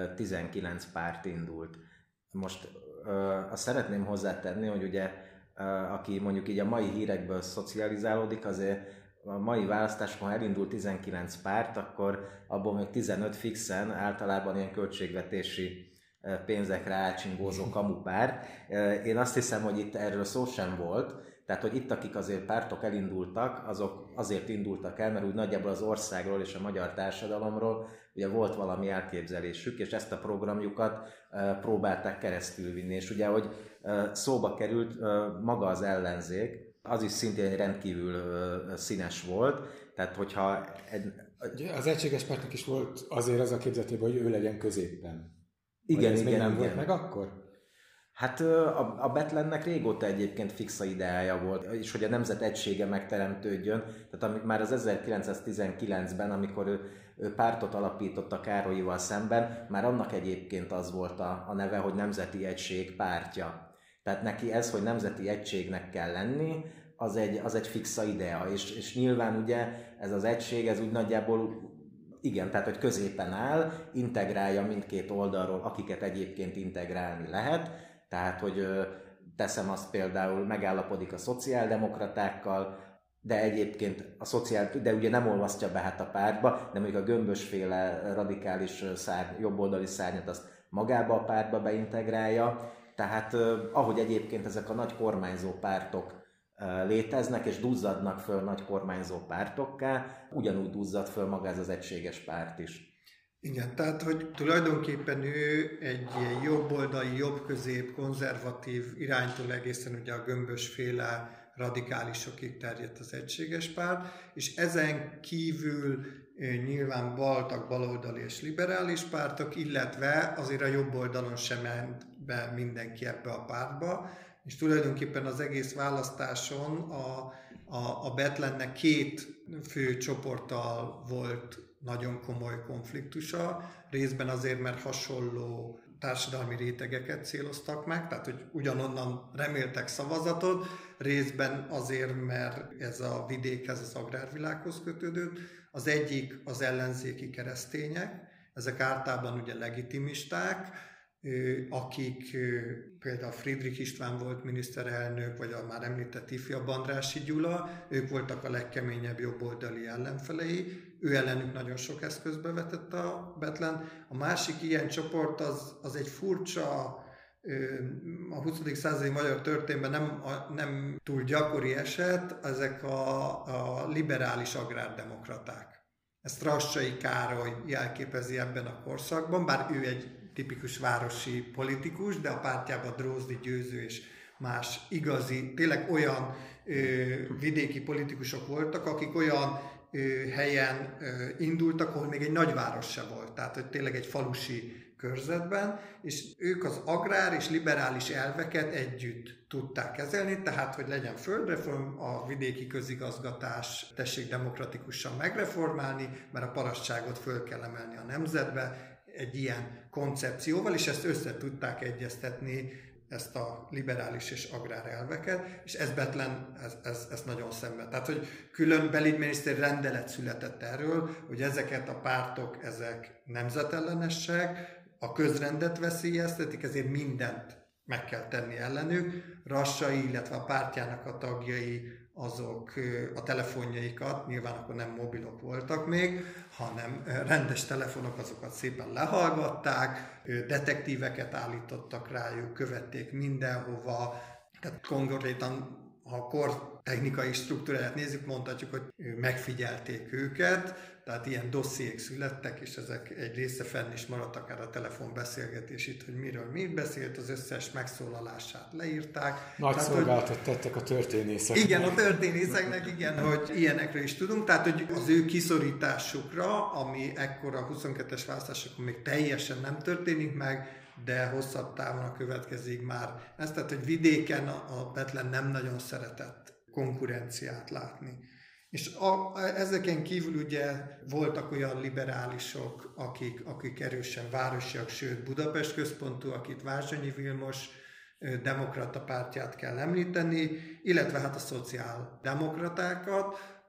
Speaker 3: 19 párt indult. Most azt szeretném hozzátenni, hogy ugye aki mondjuk így a mai hírekből szocializálódik, azért a mai választásokon elindult 19 párt, akkor abból még 15 fixen, általában ilyen költségvetési pénzekre átsingózó kamupárt. Én azt hiszem, hogy itt erről szó sem volt, tehát hogy itt akik azért pártok elindultak, azok azért indultak el, mert úgy nagyjából az országról és a magyar társadalomról ugye volt valami elképzelésük, és ezt a programjukat próbálták keresztülvinni. És ugye, hogy szóba került maga az ellenzék, az is szintén egy rendkívül színes volt, tehát hogyha...
Speaker 2: Az Egységes Pártnak is volt azért az a képzetében, hogy ő legyen középen.
Speaker 3: Igen,
Speaker 2: nem volt meg akkor?
Speaker 3: Hát a Betlennek régóta egyébként fixa ideája volt, és hogy a nemzet egysége megteremtődjön. Tehát már az 1919-ben, amikor ő pártot alapított a Károlyival szemben, már annak egyébként az volt a neve, hogy Nemzeti Egység pártja. Tehát neki ez, hogy nemzeti egységnek kell lenni, az egy fixa idea. És nyilván ugye ez az egység, ez úgy nagyjából igen, tehát hogy középen áll, integrálja mindkét oldalról, akiket egyébként integrálni lehet. Tehát, hogy teszem azt például, megállapodik a szociáldemokratákkal, de egyébként de ugye nem olvasztja be hát a pártba, de mondjuk a Gömbös-féle radikális jobboldali szárnyat azt magába a pártba beintegrálja. Tehát ahogy egyébként ezek a nagy kormányzó pártok léteznek és duzzadnak föl nagy kormányzó pártokká, ugyanúgy duzzad föl maga ez az Egységes Párt is.
Speaker 4: Igen, tehát hogy tulajdonképpen ő egy jobboldali, jobbközép, konzervatív iránytól egészen ugye a Gömbös-féle radikálisokig terjedt az Egységes Párt, és ezen kívül nyilván voltak baloldali és liberális pártok, illetve azért a jobb oldalon sem ment be mindenki ebbe a pártba, és tulajdonképpen az egész választáson a Betlennek két fő csoporttal volt nagyon komoly konfliktusa, részben azért, mert hasonló társadalmi rétegeket céloztak meg, tehát hogy ugyanonnan reméltek szavazatot, részben azért, mert ez a vidékhez, az agrárvilághoz kötődött. Az egyik az ellenzéki keresztények, ezek általában ugye legitimisták, akik például Friedrich István volt miniszterelnök, vagy a már említett ifjabb Andrássy Gyula, ők voltak a legkeményebb jobboldali ellenfelei, ő ellenük nagyon sok eszközbe vetett a Betlen. A másik ilyen csoport az egy furcsa, a 20. századi magyar történetben nem túl gyakori eset, ezek a liberális agrárdemokraták. Ezt Rassai Károly jelképezi ebben a korszakban, bár ő egy tipikus városi politikus, de a pártjában Drózdi Győző és más igazi, tényleg olyan vidéki politikusok voltak, akik olyan helyen indultak, ahol még egy nagyváros se volt, tehát hogy tényleg egy falusi körzetben, és ők az agrár és liberális elveket együtt tudták kezelni, tehát hogy legyen földreform, a vidéki közigazgatás tessék demokratikusan megreformálni, mert a parasztságot föl kell emelni a nemzetbe, egy ilyen koncepcióval, és ezt össze tudták egyeztetni, ezt a liberális és agrár elveket, és ez Betlen, ez nagyon szemben. Tehát, hogy külön belügyminiszter rendelet született erről, hogy ezeket a pártok, ezek nemzetellenesek, a közrendet veszélyeztetik, ezért mindent meg kell tenni ellenük. Rassai, illetve a pártjának a tagjai azok a telefonjaikat, nyilván akkor nem mobilok voltak még, hanem rendes telefonok, azokat szépen lehallgatták, detektíveket állítottak rájuk, követték mindenhova, tehát konkrétan, ha a kor technikai struktúráját nézzük, mondhatjuk, hogy megfigyelték őket, tehát ilyen dossziék születtek, és ezek egy része fenn is maradt, akár a telefonbeszélgetés itt, hogy miről mit beszélt, az összes megszólalását leírták.
Speaker 2: Nagy
Speaker 4: tehát,
Speaker 2: szolgálatot tettek a történészeknek.
Speaker 4: Igen, a történészeknek, igen, hogy ilyenekről is tudunk. Tehát, hogy az ő kiszorításukra, ami ekkor a 22-es választásokon még teljesen nem történik meg, de hosszabb távon következik már ez. Tehát, hogy vidéken a Bethlen nem nagyon szeretett konkurenciát látni. És ezeken kívül ugye voltak olyan liberálisok, akik erősen városiak, sőt Budapest központú, akit Vázsonyi Vilmos demokrata pártját kell említeni, illetve hát a szociáldemokratákat,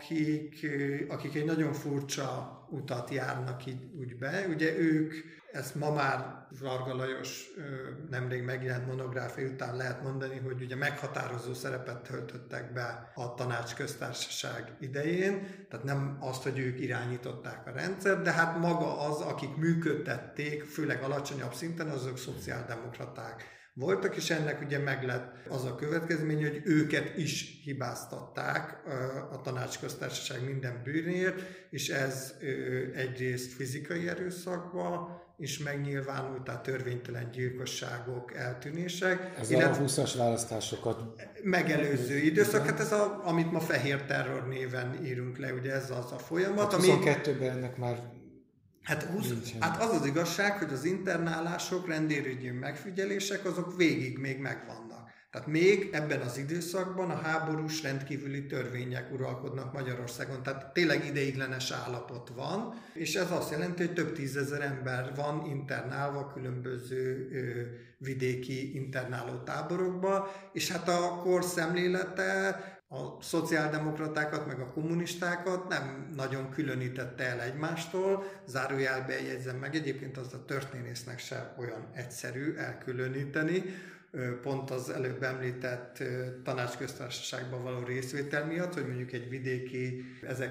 Speaker 4: akik egy nagyon furcsa utat járnak úgy be. Ugye ők, ezt ma már Varga Lajos nemrég megjelent monográfia után lehet mondani, hogy ugye meghatározó szerepet töltöttek be a tanácsköztársaság idején, tehát nem azt, hogy ők irányították a rendszert, de hát maga az, akik működtették, főleg alacsonyabb szinten, azok szociáldemokraták voltak, és ennek ugye meg lett az a következmény, hogy őket is hibáztatták a tanácsköztársaság minden bűnéért, és ez egyrészt fizikai erőszakba is megnyilvánult, tehát törvénytelen gyilkosságok, eltűnések.
Speaker 2: Ez a 20-as választásokat
Speaker 4: megelőző időszak, hát ez amit ma fehér terror néven írunk le, ugye ez az a folyamat.
Speaker 2: Hát 22-ben ennek már
Speaker 4: Hát az az igazság, hogy az internálások, rendőrügyi megfigyelések, azok végig még megvannak. Tehát még ebben az időszakban a háborús rendkívüli törvények uralkodnak Magyarországon. Tehát tényleg ideiglenes állapot van, és ez azt jelenti, hogy több tízezer ember van internálva különböző vidéki internáló táborokba, és hát a kor szemlélete a szociáldemokratákat meg a kommunistákat nem nagyon különítette el egymástól, zárójelbe jegyzem meg, egyébként az a történésznek sem olyan egyszerű elkülöníteni, pont az előbb említett tanácsköztársaságban való részvétel miatt, hogy mondjuk egy vidéki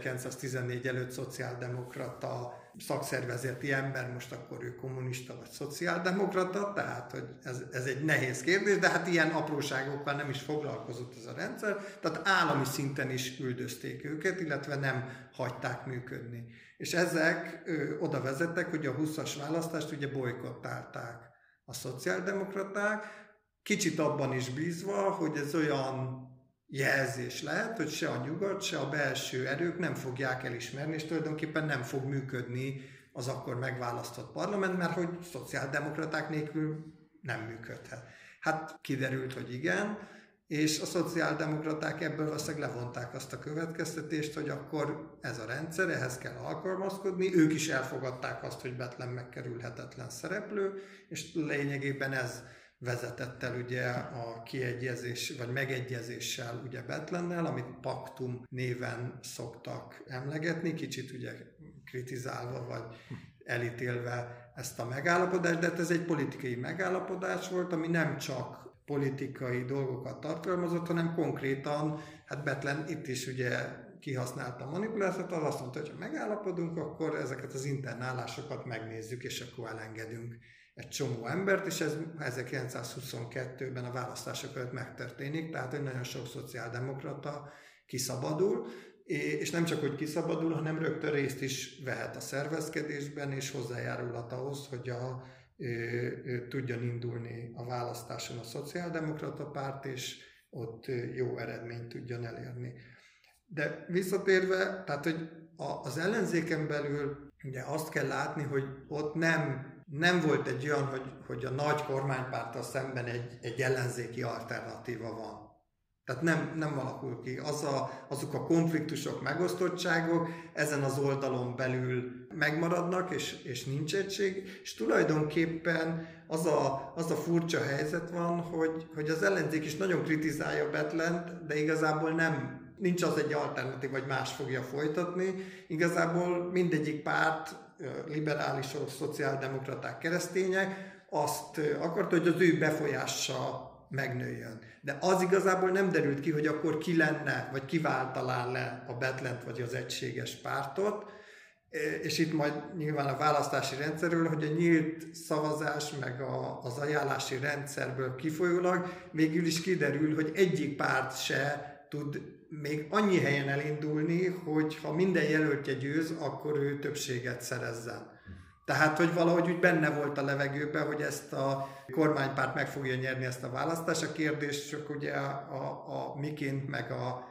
Speaker 4: 1914 előtt szociáldemokrata szakszervezeti ember, most akkor ő kommunista vagy szociáldemokrata, tehát hogy ez egy nehéz kérdés, de hát ilyen apróságokkal nem is foglalkozott ez a rendszer, tehát állami szinten is üldözték őket, illetve nem hagyták működni. És ezek oda vezettek, hogy a 20-as választást ugye bojkottálták a szociáldemokraták, kicsit abban is bízva, hogy ez olyan jelzés lehet, hogy se a nyugat, se a belső erők nem fogják elismerni, és tulajdonképpen nem fog működni az akkor megválasztott parlament, mert hogy szociáldemokraták nélkül nem működhet. Hát kiderült, hogy igen, és a szociáldemokraták ebből valószínűleg levonták azt a következtetést, hogy akkor ez a rendszer, ehhez kell alkalmazkodni, ők is elfogadták azt, hogy Bethlen megkerülhetetlen szereplő, és lényegében ez vezetett el ugye a kiegyezés, vagy megegyezéssel ugye Bethlennel, amit paktum néven szoktak emlegetni, kicsit ugye kritizálva, vagy elítélve ezt a megállapodást, de ez egy politikai megállapodás volt, ami nem csak politikai dolgokat tartalmazott, hanem konkrétan, hát Bethlen itt is ugye kihasználta a manipulációt, az azt mondta, hogy ha megállapodunk, akkor ezeket az internálásokat megnézzük, és akkor elengedünk egy csomó embert, és ez 1922-ben a választások előtt megtörténik, tehát hogy nagyon sok szociáldemokrata kiszabadul, és nem csak, hogy kiszabadul, hanem rögtön részt is vehet a szervezkedésben, és hozzájárulhat ahhoz, hogy tudjon indulni a választáson a szociáldemokrata párt, és ott jó eredményt tudjon elérni. De visszatérve, tehát hogy az ellenzéken belül ugye azt kell látni, hogy ott nem volt egy olyan, hogy a nagy kormánypárttal szemben egy ellenzéki alternatíva van. Tehát nem alakul ki. Azok a konfliktusok, megosztottságok ezen az oldalon belül megmaradnak, és nincs egység, és tulajdonképpen az a furcsa helyzet van, hogy az ellenzék is nagyon kritizálja Bethlent, de igazából nincs az egy alternatív, vagy más fogja folytatni. Igazából mindegyik párt, liberálisok, szociáldemokraták, keresztények azt akarta, hogy az ő befolyása megnőjön. De az igazából nem derült ki, hogy akkor ki lenne, vagy ki váltaná le a Betlent, vagy az Egységes Pártot, és itt majd nyilván a választási rendszerről, hogy a nyílt szavazás meg az ajánlási rendszerből kifolyólag végül is kiderül, hogy egyik párt se tud még annyi helyen elindulni, hogy ha minden jelöltje győz, akkor ő többséget szerezzen. Tehát, hogy valahogy úgy benne volt a levegőben, hogy ezt a kormánypárt meg fogja nyerni ezt a választást. A kérdés csak ugye a miként meg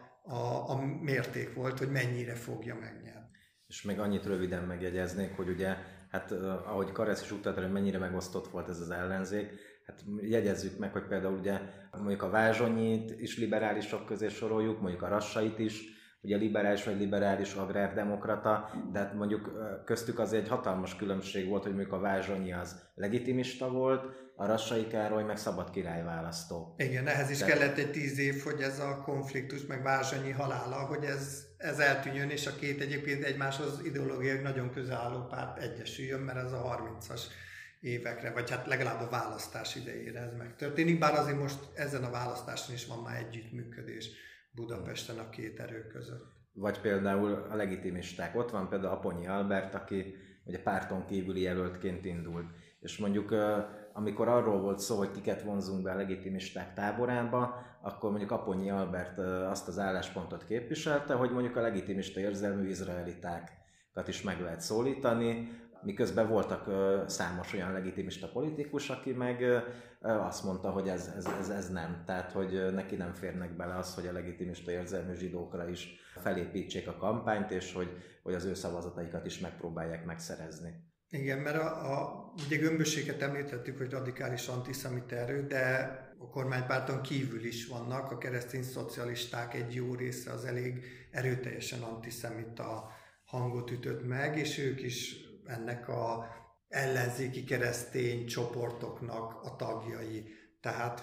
Speaker 4: a mérték volt, hogy mennyire fogja megnyerni.
Speaker 3: És még annyit röviden megjegyeznék, hogy ugye, hát ahogy Karesz is utalta, hogy mennyire megosztott volt ez az ellenzék, hát jegyezzük meg, hogy például ugye mondjuk a Vázsonyit is liberálisok közé soroljuk, mondjuk a Rassait is, ugye liberális vagy liberális agrárdemokrata, de hát mondjuk köztük azért egy hatalmas különbség volt, hogy mondjuk a Vázsonyi az legitimista volt, a Rassai Károly meg szabad király választó.
Speaker 4: Igen, ehhez is kellett egy 10 év, hogy ez a konfliktus, meg Vázsonyi halála, hogy ez eltűnjön, és a két egyébként egymáshoz ideológiai nagyon közel álló párt egyesüljön, mert ez a 30-as évekre, vagy hát legalább a választás idejére ez megtörténik, bár azért most ezen a választáson is van már együttműködés Budapesten a két erő között.
Speaker 3: Vagy például a legitimisták. Ott van például Aponyi Albert, aki ugye párton kívüli jelöltként indult. És mondjuk amikor arról volt szó, hogy kiket vonzunk be a legitimisták táborába, akkor mondjuk Aponyi Albert azt az álláspontot képviselte, hogy mondjuk a legitimista érzelmű izraelitákat is meg lehet szólítani, miközben voltak számos olyan legitimista politikus, aki meg azt mondta, hogy ez nem. Tehát, hogy neki nem férnek bele az, hogy a legitimista érzelmű zsidókra is felépítsék a kampányt, és hogy az ő szavazataikat is megpróbálják megszerezni.
Speaker 4: Igen, mert ugye Gömbösséget említettük, hogy radikális antiszemita erő, de a kormánypárton kívül is vannak, a keresztény szocialisták egy jó része az elég erőteljesen antiszemita hangot ütött meg, és ők is ennek a ellenzéki keresztény csoportoknak a tagjai. Tehát,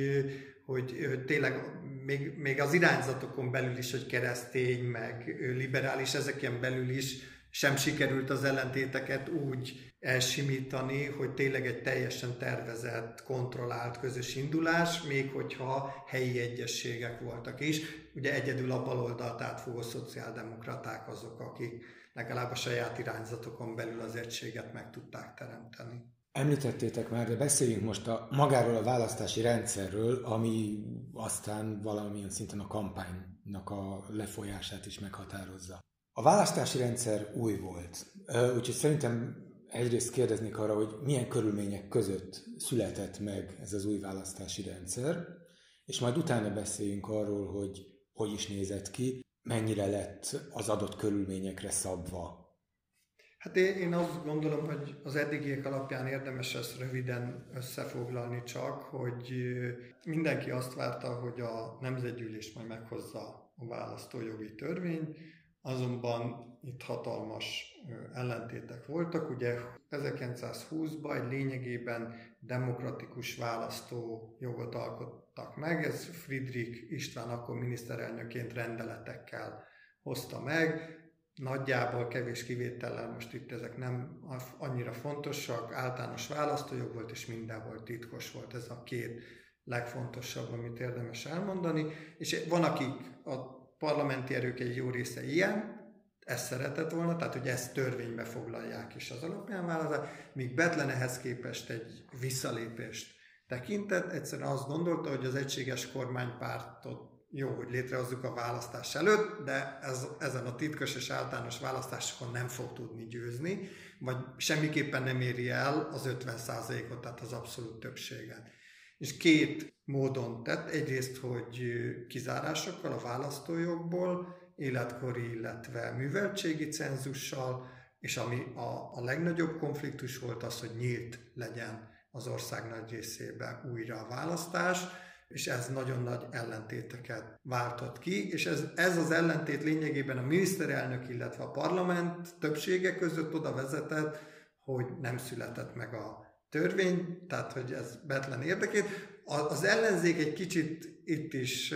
Speaker 4: hogy tényleg még az irányzatokon belül is, hogy keresztény, meg liberális, ezeken belül is sem sikerült az ellentéteket úgy elsimítani, hogy tényleg egy teljesen tervezett, kontrollált közös indulás, még hogyha helyi egyességek voltak is. Ugye egyedül a baloldalt átfogó szociáldemokraták azok, akik legalább a saját irányzatokon belül az egységet meg tudták teremteni.
Speaker 2: Említettétek már, de beszéljünk most magáról a választási rendszerről, ami aztán valamilyen szinten a kampánynak a lefolyását is meghatározza. A választási rendszer új volt, úgyhogy szerintem egyrészt kérdeznék arra, hogy milyen körülmények között született meg ez az új választási rendszer, és majd utána beszéljünk arról, hogy hogy is nézett ki, mennyire lett az adott körülményekre szabva.
Speaker 4: Hát én azt gondolom, hogy az eddigiek alapján érdemes ezt röviden összefoglalni csak, hogy mindenki azt várta, hogy a Nemzetgyűlés majd meghozza a választójogi törvényt, azonban itt hatalmas ellentétek voltak. Ugye 1920-ban egy lényegében demokratikus választójogot alkottak meg, ez Friedrich István akkor miniszterelnökként rendeletekkel hozta meg, nagyjából kevés kivétellel, most itt ezek nem annyira fontosak, általános választójog volt, és mindenhol titkos volt, ez a két legfontosabb, amit érdemes elmondani, és van, akik a parlamenti erők egy jó része ilyen, ezt szeretett volna, tehát hogy ezt törvénybe foglalják is az alapján választás, míg Bethlen ehhez képest egy visszalépést tekintett, egyszerűen azt gondolta, hogy az egységes kormánypártot jó, hogy létrehozzuk a választás előtt, de ezen a titkos és általános választásokon nem fog tudni győzni, vagy semmiképpen nem éri el az 50%-ot, tehát az abszolút többséget. És két módon tett, egyrészt, hogy kizárásokkal a választójogból, életkori, illetve műveltségi cenzussal, és ami a legnagyobb konfliktus volt az, hogy nyílt legyen az ország nagy részében újra a választás, és ez nagyon nagy ellentéteket váltott ki, és ez az ellentét lényegében a miniszterelnök, illetve a parlament többsége között oda vezetett, hogy nem született meg a törvény, tehát hogy ez Bethlen érdekét. Az ellenzék egy kicsit itt is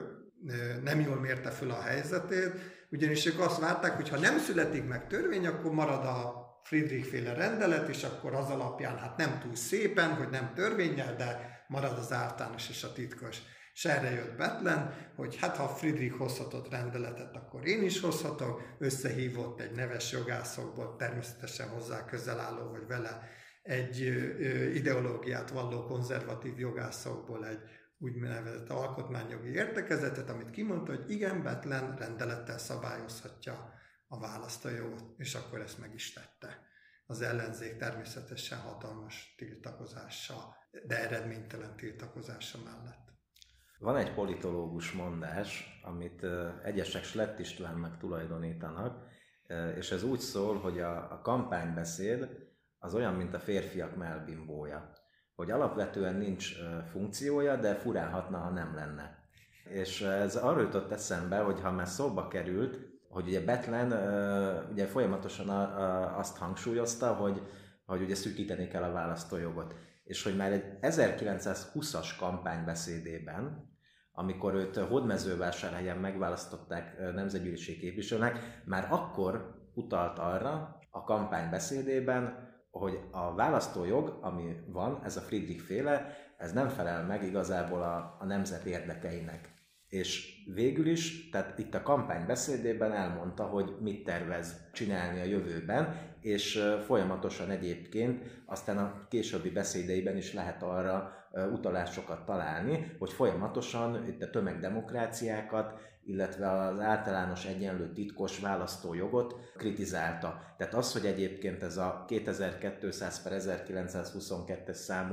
Speaker 4: nem jól mérte föl a helyzetét, ugyanis ők azt várták, hogy ha nem születik meg törvény, akkor marad a Friedrich-féle rendelet, és akkor az alapján, hát nem túl szépen, hogy nem törvénnyel, de marad az általános és a titkos. És erre jött Bethlen, hogy hát ha Friedrich hozhatott rendeletet, akkor én is hozhatok, összehívott egy neves jogászokból, természetesen hozzá közel álló, vagy vele egy ideológiát valló konzervatív jogászokból egy úgynevezett alkotmányjogi értekezetet, amit kimondta, hogy igen, Bethlen rendelettel szabályozhatja a választójogot, és akkor ezt meg is tette. Az ellenzék természetesen hatalmas tiltakozása, de eredménytelen tiltakozása mellett.
Speaker 3: Van egy politológus mondás, amit egyesek Slett Istvánnak tulajdonítanak, és ez úgy szól, hogy a kampánybeszéd az olyan, mint a férfiak mellbimbója, hogy alapvetően nincs funkciója, de furán hatna, ha nem lenne. És ez arról jutott eszembe, hogy ha már szóba került, hogy ugye Bethlen ugye folyamatosan azt hangsúlyozta, hogy ugye szűkíteni kell a választójogot. És hogy már egy 1920-as kampánybeszédében, amikor őt Hódmezővásárhelyen megválasztották nemzetgyűlési képviselőnek, már akkor utalt arra a kampánybeszédében, hogy a választójog, ami van, ez a Friedrich-féle, ez nem felel meg igazából a nemzet érdekeinek. És végül is, tehát itt a kampánybeszédében elmondta, hogy mit tervez csinálni a jövőben, és folyamatosan egyébként aztán a későbbi beszédeiben is lehet arra utalásokat találni, hogy folyamatosan itt a tömegdemokráciákat, illetve az általános egyenlő titkos választójogot kritizálta. Tehát az, hogy egyébként ez a 2200/1922-es számú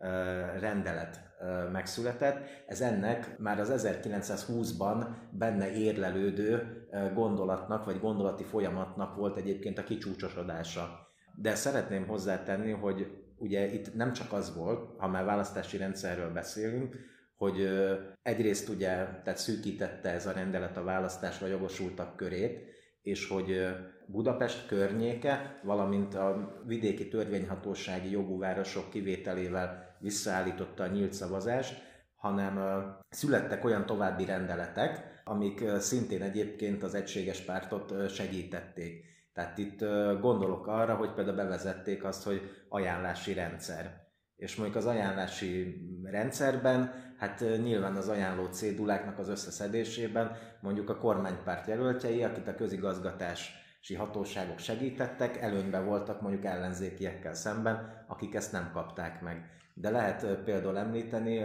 Speaker 3: rendelet megszületett, ez ennek már az 1920-ban benne érlelődő gondolatnak, vagy gondolati folyamatnak volt egyébként a kicsúcsosodása. De szeretném hozzátenni, hogy ugye itt nem csak az volt, ha már választási rendszerről beszélünk, hogy egyrészt ugye tehát szűkítette ez a rendelet a választásra jogosultak körét, és hogy Budapest környéke, valamint a vidéki törvényhatósági jogú városok kivételével visszaállította a nyílt szavazást, hanem születtek olyan további rendeletek, amik szintén egyébként az egységes pártot segítették. Tehát itt gondolok arra, hogy például bevezették azt, hogy ajánlási rendszer. És mondjuk az ajánlási rendszerben, hát nyilván az ajánló céduláknak az összeszedésében mondjuk a kormánypárt jelöltjei, akit a közigazgatási hatóságok segítettek, előnyben voltak mondjuk ellenzékiekkel szemben, akik ezt nem kapták meg. De lehet például említeni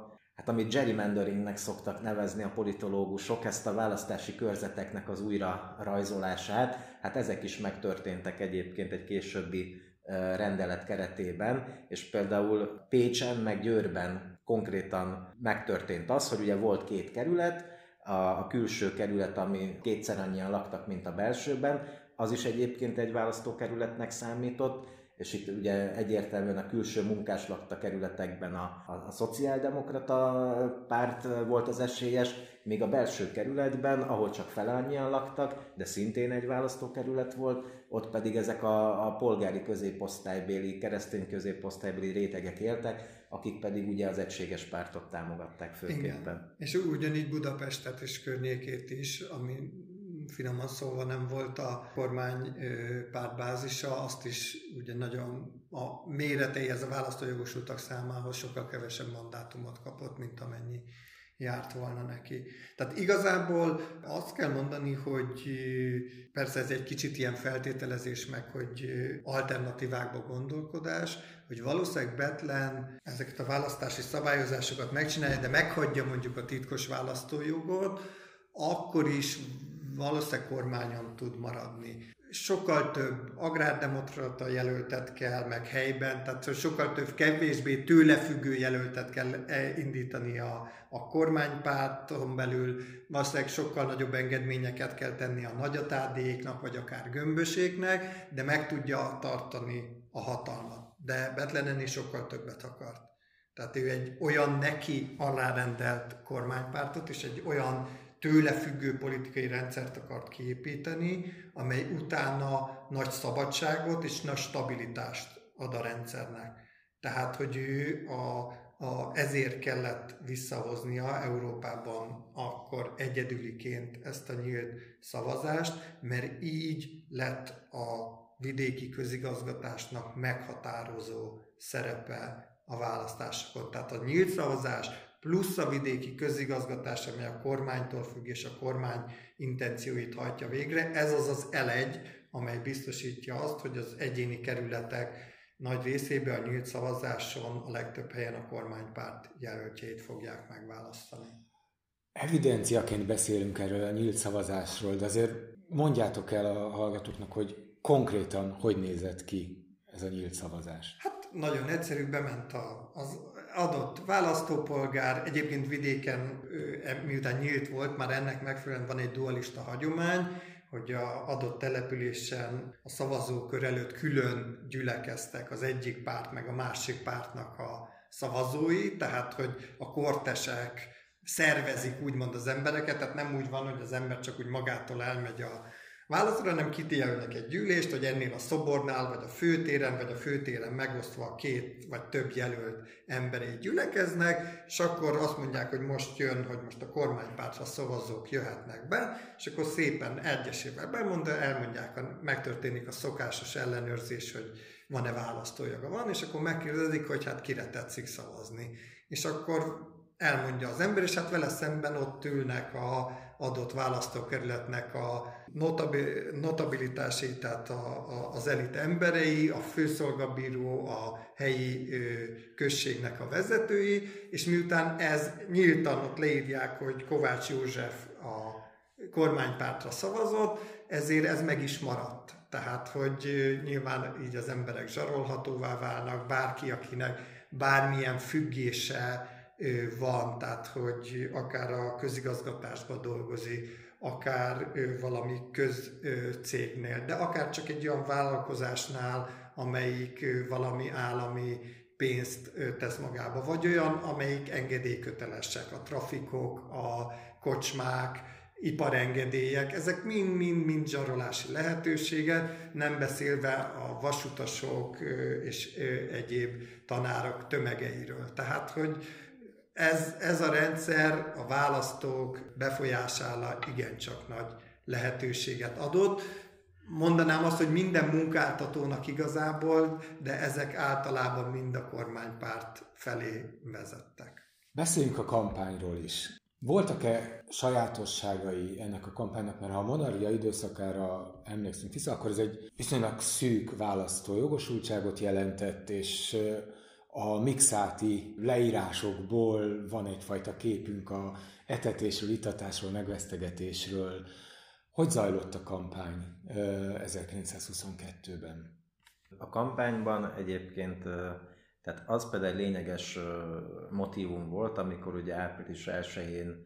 Speaker 3: amit gerrymanderingnek szoktak nevezni a politológusok, ezt a választási körzeteknek az újra rajzolását, hát ezek is megtörténtek egyébként egy későbbi rendelet keretében, és például Pécsen meg Győrben konkrétan megtörtént az, hogy ugye volt két kerület, a külső kerület, ami kétszer annyian laktak, mint a belsőben, az is egyébként egy választókerületnek számított, és itt ugye egyértelműen a külső munkáslakta kerületekben a szociáldemokrata párt volt az esélyes, míg a belső kerületben, ahol csak fele annyian laktak, de szintén egy választókerület volt, ott pedig ezek a polgári középosztálybéli, keresztény középosztálybéli rétegek éltek, akik pedig ugye az egységes pártot támogatták főképpen.
Speaker 4: Igen. És ugyanígy Budapestet és környékét is, ami finoman szólva nem volt a kormány pártbázisa, azt is ugye nagyon a méreteihez, a választójogosultak számához sokkal kevesebb mandátumot kapott, mint amennyi járt volna neki. Tehát igazából azt kell mondani, hogy persze ez egy kicsit ilyen feltételezés meg, hogy alternatívákba gondolkodás, hogy valószínűleg Bethlen ezeket a választási szabályozásokat megcsinálja, de meghagyja mondjuk a titkos választójogot, akkor is valószínűleg kormányon tud maradni. Sokkal több agrárdemokrata jelöltet kell, meg helyben, tehát sokkal több kevésbé tőle függő jelöltet kell indítani a kormánypárton belül, valószínűleg sokkal nagyobb engedményeket kell tenni a nagyatádéknak, vagy akár Gömböséknek, de meg tudja tartani a hatalmat. De Bethlenen is sokkal többet akart. Tehát ő egy olyan neki alárendelt kormánypártot, és egy olyan tőle függő politikai rendszert akart kiépíteni, amely utána nagy szabadságot és nagy stabilitást ad a rendszernek. Tehát, hogy ő ezért kellett visszahoznia Európában akkor egyedüliként ezt a nyílt szavazást, mert így lett a vidéki közigazgatásnak meghatározó szerepe a választásokon. Tehát a nyílt szavazás plusz a vidéki közigazgatás, amely a kormánytól függ és a kormány intencióit hajtja végre, ez az az elegy, amely biztosítja azt, hogy az egyéni kerületek nagy részében a nyílt szavazáson a legtöbb helyen a kormánypárt jelöltjeit fogják megválasztani.
Speaker 2: Evidenciaként beszélünk erről a nyílt szavazásról, de azért mondjátok el a hallgatóknak, hogy konkrétan hogy nézett ki ez a nyílt szavazás.
Speaker 4: Hát nagyon egyszerű, bement az adott választópolgár, egyébként vidéken, miután nyílt volt, már ennek megfelelően van egy dualista hagyomány, hogy az adott településen a szavazókör előtt külön gyülekeztek az egyik párt meg a másik pártnak a szavazói, tehát hogy a kortesek szervezik úgymond az embereket, tehát nem úgy van, hogy az ember csak úgy magától elmegy a válaszra, hanem kijelölnek egy gyűlést, hogy ennél a szobornál, vagy a főtéren megosztva a két vagy több jelölt emberei gyülekeznek, és akkor azt mondják, hogy most jön, hogy most a kormánypártra szavazók jöhetnek be, és akkor szépen egyesével elmondják, megtörténik a szokásos ellenőrzés, hogy van-e választójoga van, és akkor megkérdezik, hogy hát kire tetszik szavazni. És akkor elmondja az ember, és hát vele szemben ott ülnek az adott választókerületnek a notabilitásai, tehát az elit emberei, a főszolgabíró, a helyi községnek a vezetői, és miután ez nyíltan ott leírják, hogy Kovács József a kormánypártra szavazott, ezért ez meg is maradt. Tehát, hogy nyilván így az emberek zsarolhatóvá válnak, bárki, akinek bármilyen függése van, tehát hogy akár a közigazgatásban dolgozik, akár valami közcégnél, de akár csak egy olyan vállalkozásnál, amelyik valami állami pénzt tesz magába, vagy olyan, amelyik engedélykötelesek, a trafikok, a kocsmák, iparengedélyek, ezek mind zsarolási lehetőséget, nem beszélve a vasutasok és egyéb tanárok tömegeiről. Tehát, hogy ez a rendszer a választók befolyására igencsak nagy lehetőséget adott. Mondanám azt, hogy minden munkáltatónak igazából, de ezek általában mind a kormánypárt felé vezettek.
Speaker 2: Beszéljünk a kampányról is. Voltak-e sajátosságai ennek a kampánynak, mert ha a monarchia időszakára emlékszünk vissza, akkor ez egy viszonylag szűk választójogosultságot jelentett, és a mixáti leírásokból van egyfajta képünk a etetésről, itatásról, megvesztegetésről. Hogy zajlott a kampány 1922-ben?
Speaker 3: A kampányban egyébként, tehát az például egy lényeges motívum volt, amikor ugye április 1-én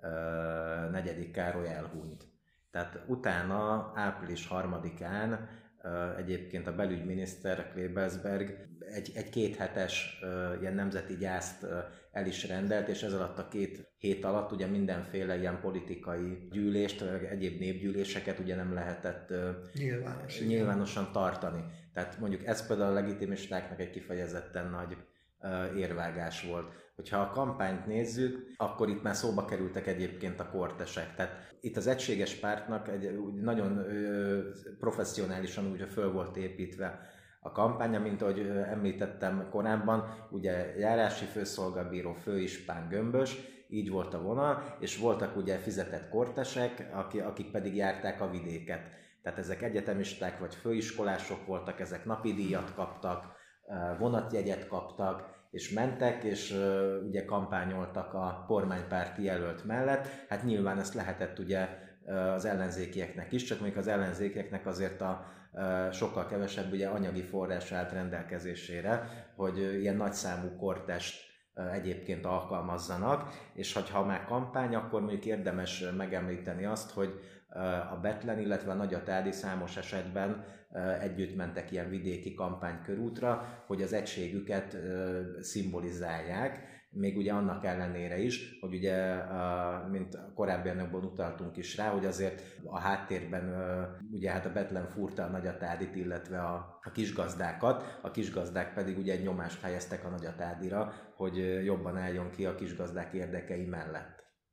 Speaker 3: 4. Károly elhunyt. Tehát utána április 3-án egyébként a belügyminiszter Klebelsberg egy 2 hetes ilyen nemzeti gyászt el is rendelt, és ez alatt a 2 hét alatt ugye mindenféle ilyen politikai gyűlést, egyéb népgyűléseket ugye nem lehetett nyilvánosan tartani. Tehát mondjuk ez például a legitimistáknak egy kifejezetten nagy érvágás volt. Hogyha a kampányt nézzük, akkor itt már szóba kerültek egyébként a kortesek. Tehát itt az egységes pártnak nagyon professzionálisan úgy föl volt építve a kampánya, mint ahogy említettem korábban, ugye járási főszolgabíró, főispán, gömbös, így volt a vonal, és voltak ugye fizetett kortesek, akik pedig járták a vidéket. Tehát ezek egyetemisták vagy főiskolások voltak, ezek napi díjat kaptak, vonatjegyet kaptak, és mentek, és ugye kampányoltak a kormánypárti jelölt mellett. Hát nyilván ezt lehetett ugye az ellenzékieknek is, csak mondjuk az ellenzékieknek azért sokkal kevesebb ugye anyagi forrás állt rendelkezésére, hogy ilyen nagyszámú kortest egyébként alkalmazzanak, és ha már kampány, akkor mondjuk érdemes megemlíteni azt, hogy a Bethlen, illetve a Nagyatádi számos esetben együtt mentek ilyen vidéki kampánykörútra, hogy az egységüket szimbolizálják, még ugye annak ellenére is, hogy ugye, mint korábbiakban utaltunk is rá, hogy azért a háttérben ugye hát a Bethlen fúrta a Nagyatádit, illetve a kisgazdákat, a kisgazdák pedig ugye egy nyomást helyeztek a Nagyatádira, hogy jobban álljon ki a kisgazdák érdekei mellett.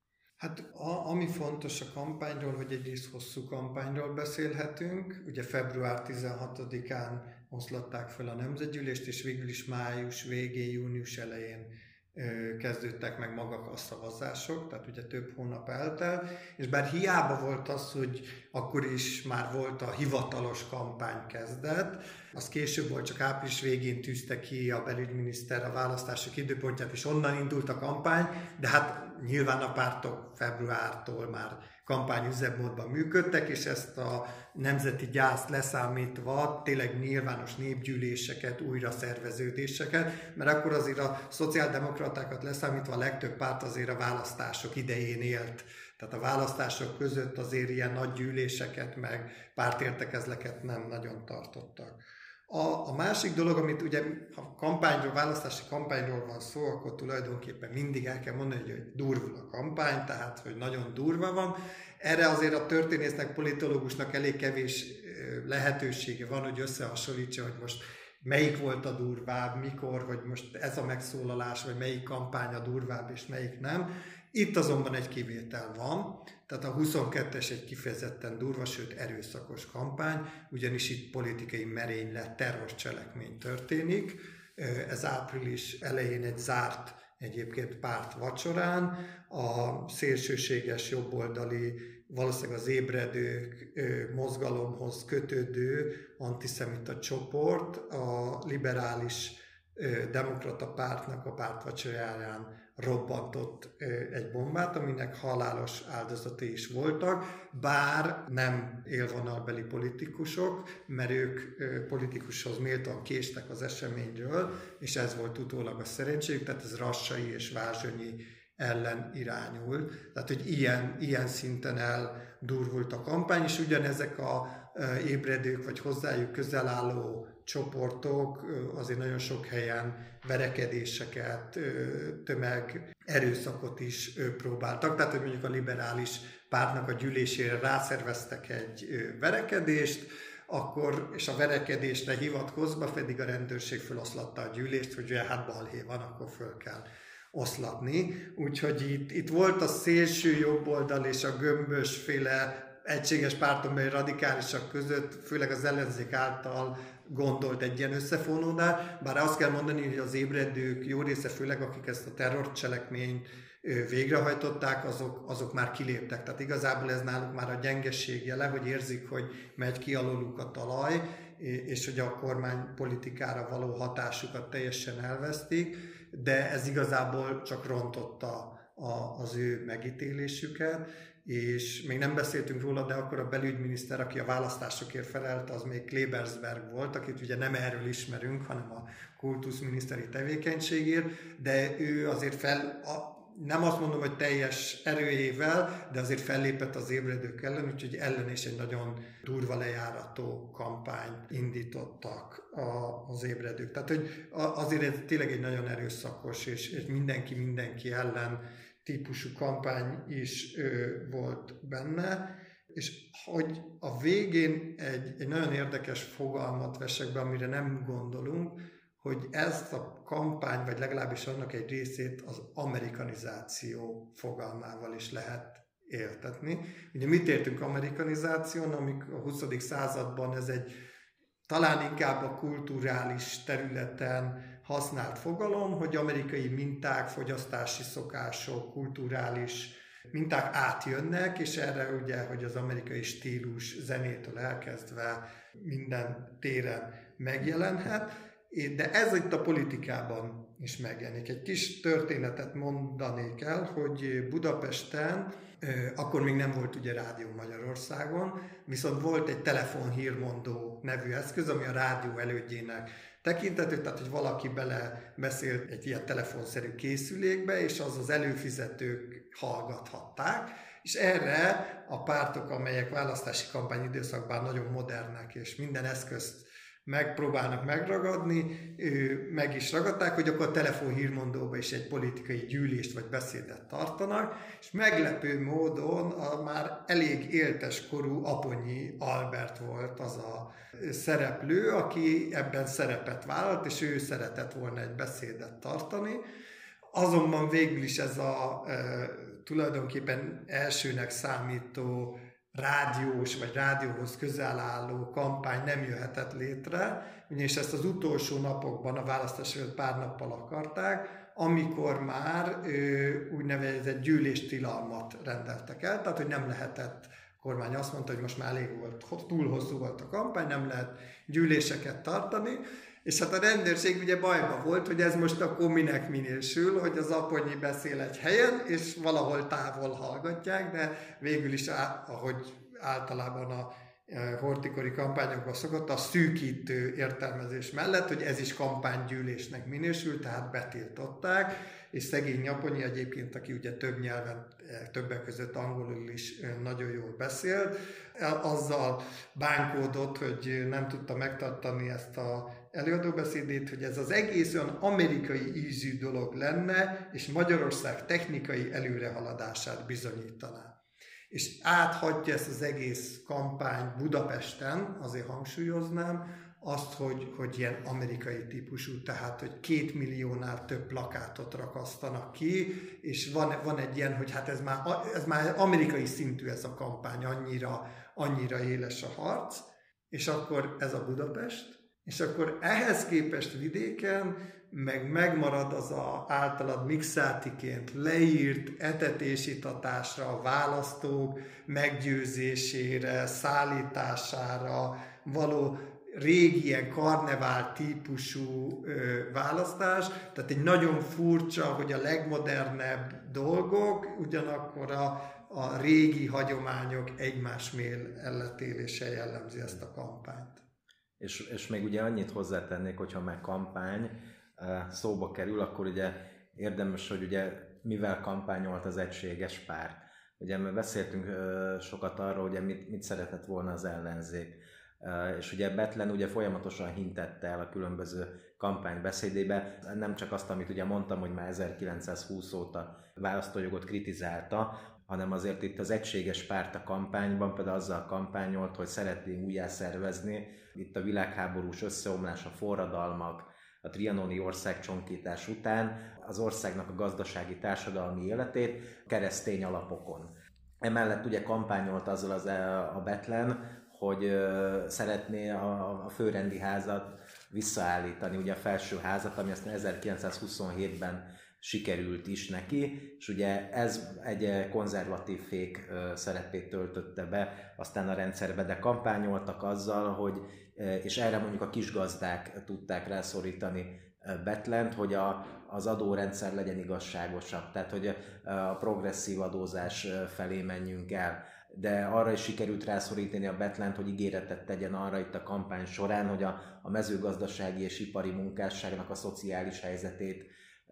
Speaker 4: Hát ami fontos a kampányról, hogy egyrészt hosszú kampányról beszélhetünk. Ugye február 16-án oszlatták fel a nemzetgyűlést, és végül is május végén, június elején kezdődtek meg magak a szavazások, tehát ugye több hónap eltelt, és bár hiába volt az, hogy akkor is már volt a hivatalos kampánykezdet, az később volt, csak április végén tűzte ki a belügyminiszter a választások időpontját, és onnan indult a kampány, de hát nyilván a pártok februártól már kampányüzemmódban működtek, és ezt a nemzeti gyászt leszámítva tényleg nyilvános népgyűléseket, újra szerveződéseket, mert akkor azért a szociáldemokratákat leszámítva a legtöbb párt azért a választások idején élt. Tehát a választások között azért ilyen nagy gyűléseket, meg pártértekezleket nem nagyon tartottak. A másik dolog, amit ugye, ha kampányról, választási kampányról van szó, akkor tulajdonképpen mindig el kell mondani, hogy durvul a kampány, tehát hogy nagyon durva van. Erre azért a történésznek, politológusnak elég kevés lehetősége van, hogy összehasonlítsa, hogy most melyik volt a durvább, mikor, hogy most ez a megszólalás, vagy melyik kampány a durvább, és melyik nem. Itt azonban egy kivétel van, tehát a 22-es egy kifejezetten durva, sőt erőszakos kampány, ugyanis itt politikai merénylet, terrorcselekmény történik. Ez április elején egy zárt egyébként párt vacsorán, a szélsőséges jobboldali, valószínűleg az ébredők mozgalomhoz kötődő antiszemita csoport a liberális demokrata pártnak a pártvacsoráján robbantott egy bombát, aminek halálos áldozatai is voltak, bár nem élvonalbeli politikusok, mert ők politikushoz méltóan késtek az eseményről, és ez volt utólag a szerencséjük, tehát ez Rassai és Vázsonyi ellen irányul. Tehát, hogy ilyen szinten eldurvult a kampány, és ugyanezek a ébredők, vagy hozzájuk közel álló csoportok azért nagyon sok helyen verekedéseket, tömeg erőszakot is próbáltak. Tehát, hogy mondjuk a liberális pártnak a gyűlésére rászerveztek egy verekedést, és a verekedésre hivatkozva pedig a rendőrség feloszlatta a gyűlést, hogy hát balhé van, akkor föl kell oszlatni. Úgyhogy itt volt a szélső jobboldal és a gömbösféle egységes párton belül radikálisak között, főleg az ellenzék által gondolt egy ilyen összefonódás, bár azt kell mondani, hogy az ébredők jó része, főleg akik ezt a terrorcselekményt végrehajtották, azok már kiléptek. Tehát igazából ez náluk már a gyengeség jele, hogy érzik, hogy megy ki alóluk a talaj, és hogy a kormánypolitikára való hatásukat teljesen elvesztik, de ez igazából csak rontotta az ő megítélésüket, és még nem beszéltünk róla, de akkor a belügyminiszter, aki a választásokért felelt, az még Klebersberg volt, akit ugye nem erről ismerünk, hanem a kultuszminiszteri tevékenységért, de ő azért nem azt mondom, hogy teljes erőjével, de azért fellépett az ébredők ellen, úgyhogy ellen is egy nagyon durva lejárató kampányt indítottak az ébredők. Tehát, hogy azért ez tényleg egy nagyon erőszakos, és mindenki ellen típusú kampány is volt benne, és hogy a végén egy nagyon érdekes fogalmat vessek be, amire nem gondolunk, hogy ezt a kampány, vagy legalábbis annak egy részét az amerikanizáció fogalmával is lehet éltetni. Ugye mit értünk amerikanizáción, amik a 20. században ez egy talán inkább a kulturális területen használt fogalom, hogy amerikai minták, fogyasztási szokások, kulturális minták átjönnek, és erre ugye, hogy az amerikai stílus zenétől elkezdve minden téren megjelenhet, de ez itt a politikában is megjelenik. Egy kis történetet mondanék el, hogy Budapesten, akkor még nem volt ugye rádió Magyarországon, viszont volt egy telefonhírmondó nevű eszköz, ami a rádió elődjének tekintető, tehát hogy valaki bele beszélt egy ilyen telefonszerű készülékbe, és az előfizetők hallgathatták, és erre a pártok, amelyek választási kampány időszakban nagyon modernek, és minden eszközt megpróbálnak megragadni, meg is ragadták, hogy akkor a telefonhírmondóba is egy politikai gyűlést vagy beszédet tartanak, és meglepő módon a már elég éltes korú Aponyi Albert volt az a szereplő, aki ebben szerepet vállalt, és ő szeretett volna egy beszédet tartani. Azonban végül is ez a tulajdonképpen elsőnek számító rádiós vagy rádióhoz közel álló kampány nem jöhetett létre, ugyanis ezt az utolsó napokban, a választás előtt pár nappal akarták, amikor már úgynevezett gyűléstilalmat rendeltek el, tehát hogy nem lehetett, a kormány azt mondta, hogy most már elég volt, túl hosszú volt a kampány, nem lehet gyűléseket tartani, és hát a rendőrség ugye bajba volt, hogy ez most akkor minek minősül, hogy az Aponyi beszél egy helyen, és valahol távol hallgatják, de végül is, ahogy általában a horthy-kori kampányokban szokott, a szűkítő értelmezés mellett, hogy ez is kampánygyűlésnek minősül, tehát betiltották, és szegény Aponyi egyébként, aki ugye több nyelven, többek között angolul is nagyon jól beszélt, azzal bánkódott, hogy nem tudta megtartani ezt az előadóbeszédét, hogy ez az egész olyan amerikai ízű dolog lenne, és Magyarország technikai előrehaladását bizonyítaná. És áthagyja ezt az egész kampány Budapesten, azért hangsúlyoznám, azt, hogy ilyen amerikai típusú, tehát hogy 2 milliónál több plakátot rakasztanak ki, és van egy ilyen, hogy hát ez már amerikai szintű ez a kampány, annyira éles a harc, és akkor ez a Budapest, és akkor ehhez képest vidéken megmarad az általad mixátiként leírt etetésitatásra, a választók meggyőzésére, szállítására való régi ilyen karnevál típusú választás, tehát egy nagyon furcsa, hogy a legmodernebb dolgok, ugyanakkor a régi hagyományok egymás mellettélése jellemzi ezt a kampányt.
Speaker 3: És még ugye annyit hozzátennék, hogyha már kampány szóba kerül, akkor ugye érdemes, hogy ugye mivel kampányolt az egységes párt. Ugye mi beszéltünk sokat arról, ugye mit szeretett volna az ellenzék. És ugye Bethlen ugye folyamatosan hintette el a különböző kampánybeszédébe, nem csak azt, amit ugye mondtam, hogy már 1920 óta választójogot kritizálta, hanem azért itt az egységes párt a kampányban például azzal kampányolt, hogy szeretné újjászervezni itt a világháborús összeomlás, a forradalmak, a trianoni országcsonkítás után az országnak a gazdasági társadalmi életét keresztény alapokon. Emellett ugye kampányolt azzal a Bethlen, hogy szeretné a főrendi házat visszaállítani, ugye a felső házat, ami aztán 1927-ben sikerült is neki, és ugye ez egy konzervatív fék szerepét töltötte be aztán a rendszerbe, de kampányoltak azzal, hogy, és erre mondjuk a kisgazdák tudták rászorítani Bethlent, hogy az adórendszer legyen igazságosabb, tehát hogy a progresszív adózás felé menjünk el. De arra is sikerült rászorítani a Bethlent, hogy ígéretet tegyen arra itt a kampány során, hogy a mezőgazdasági és ipari munkásságnak a szociális helyzetét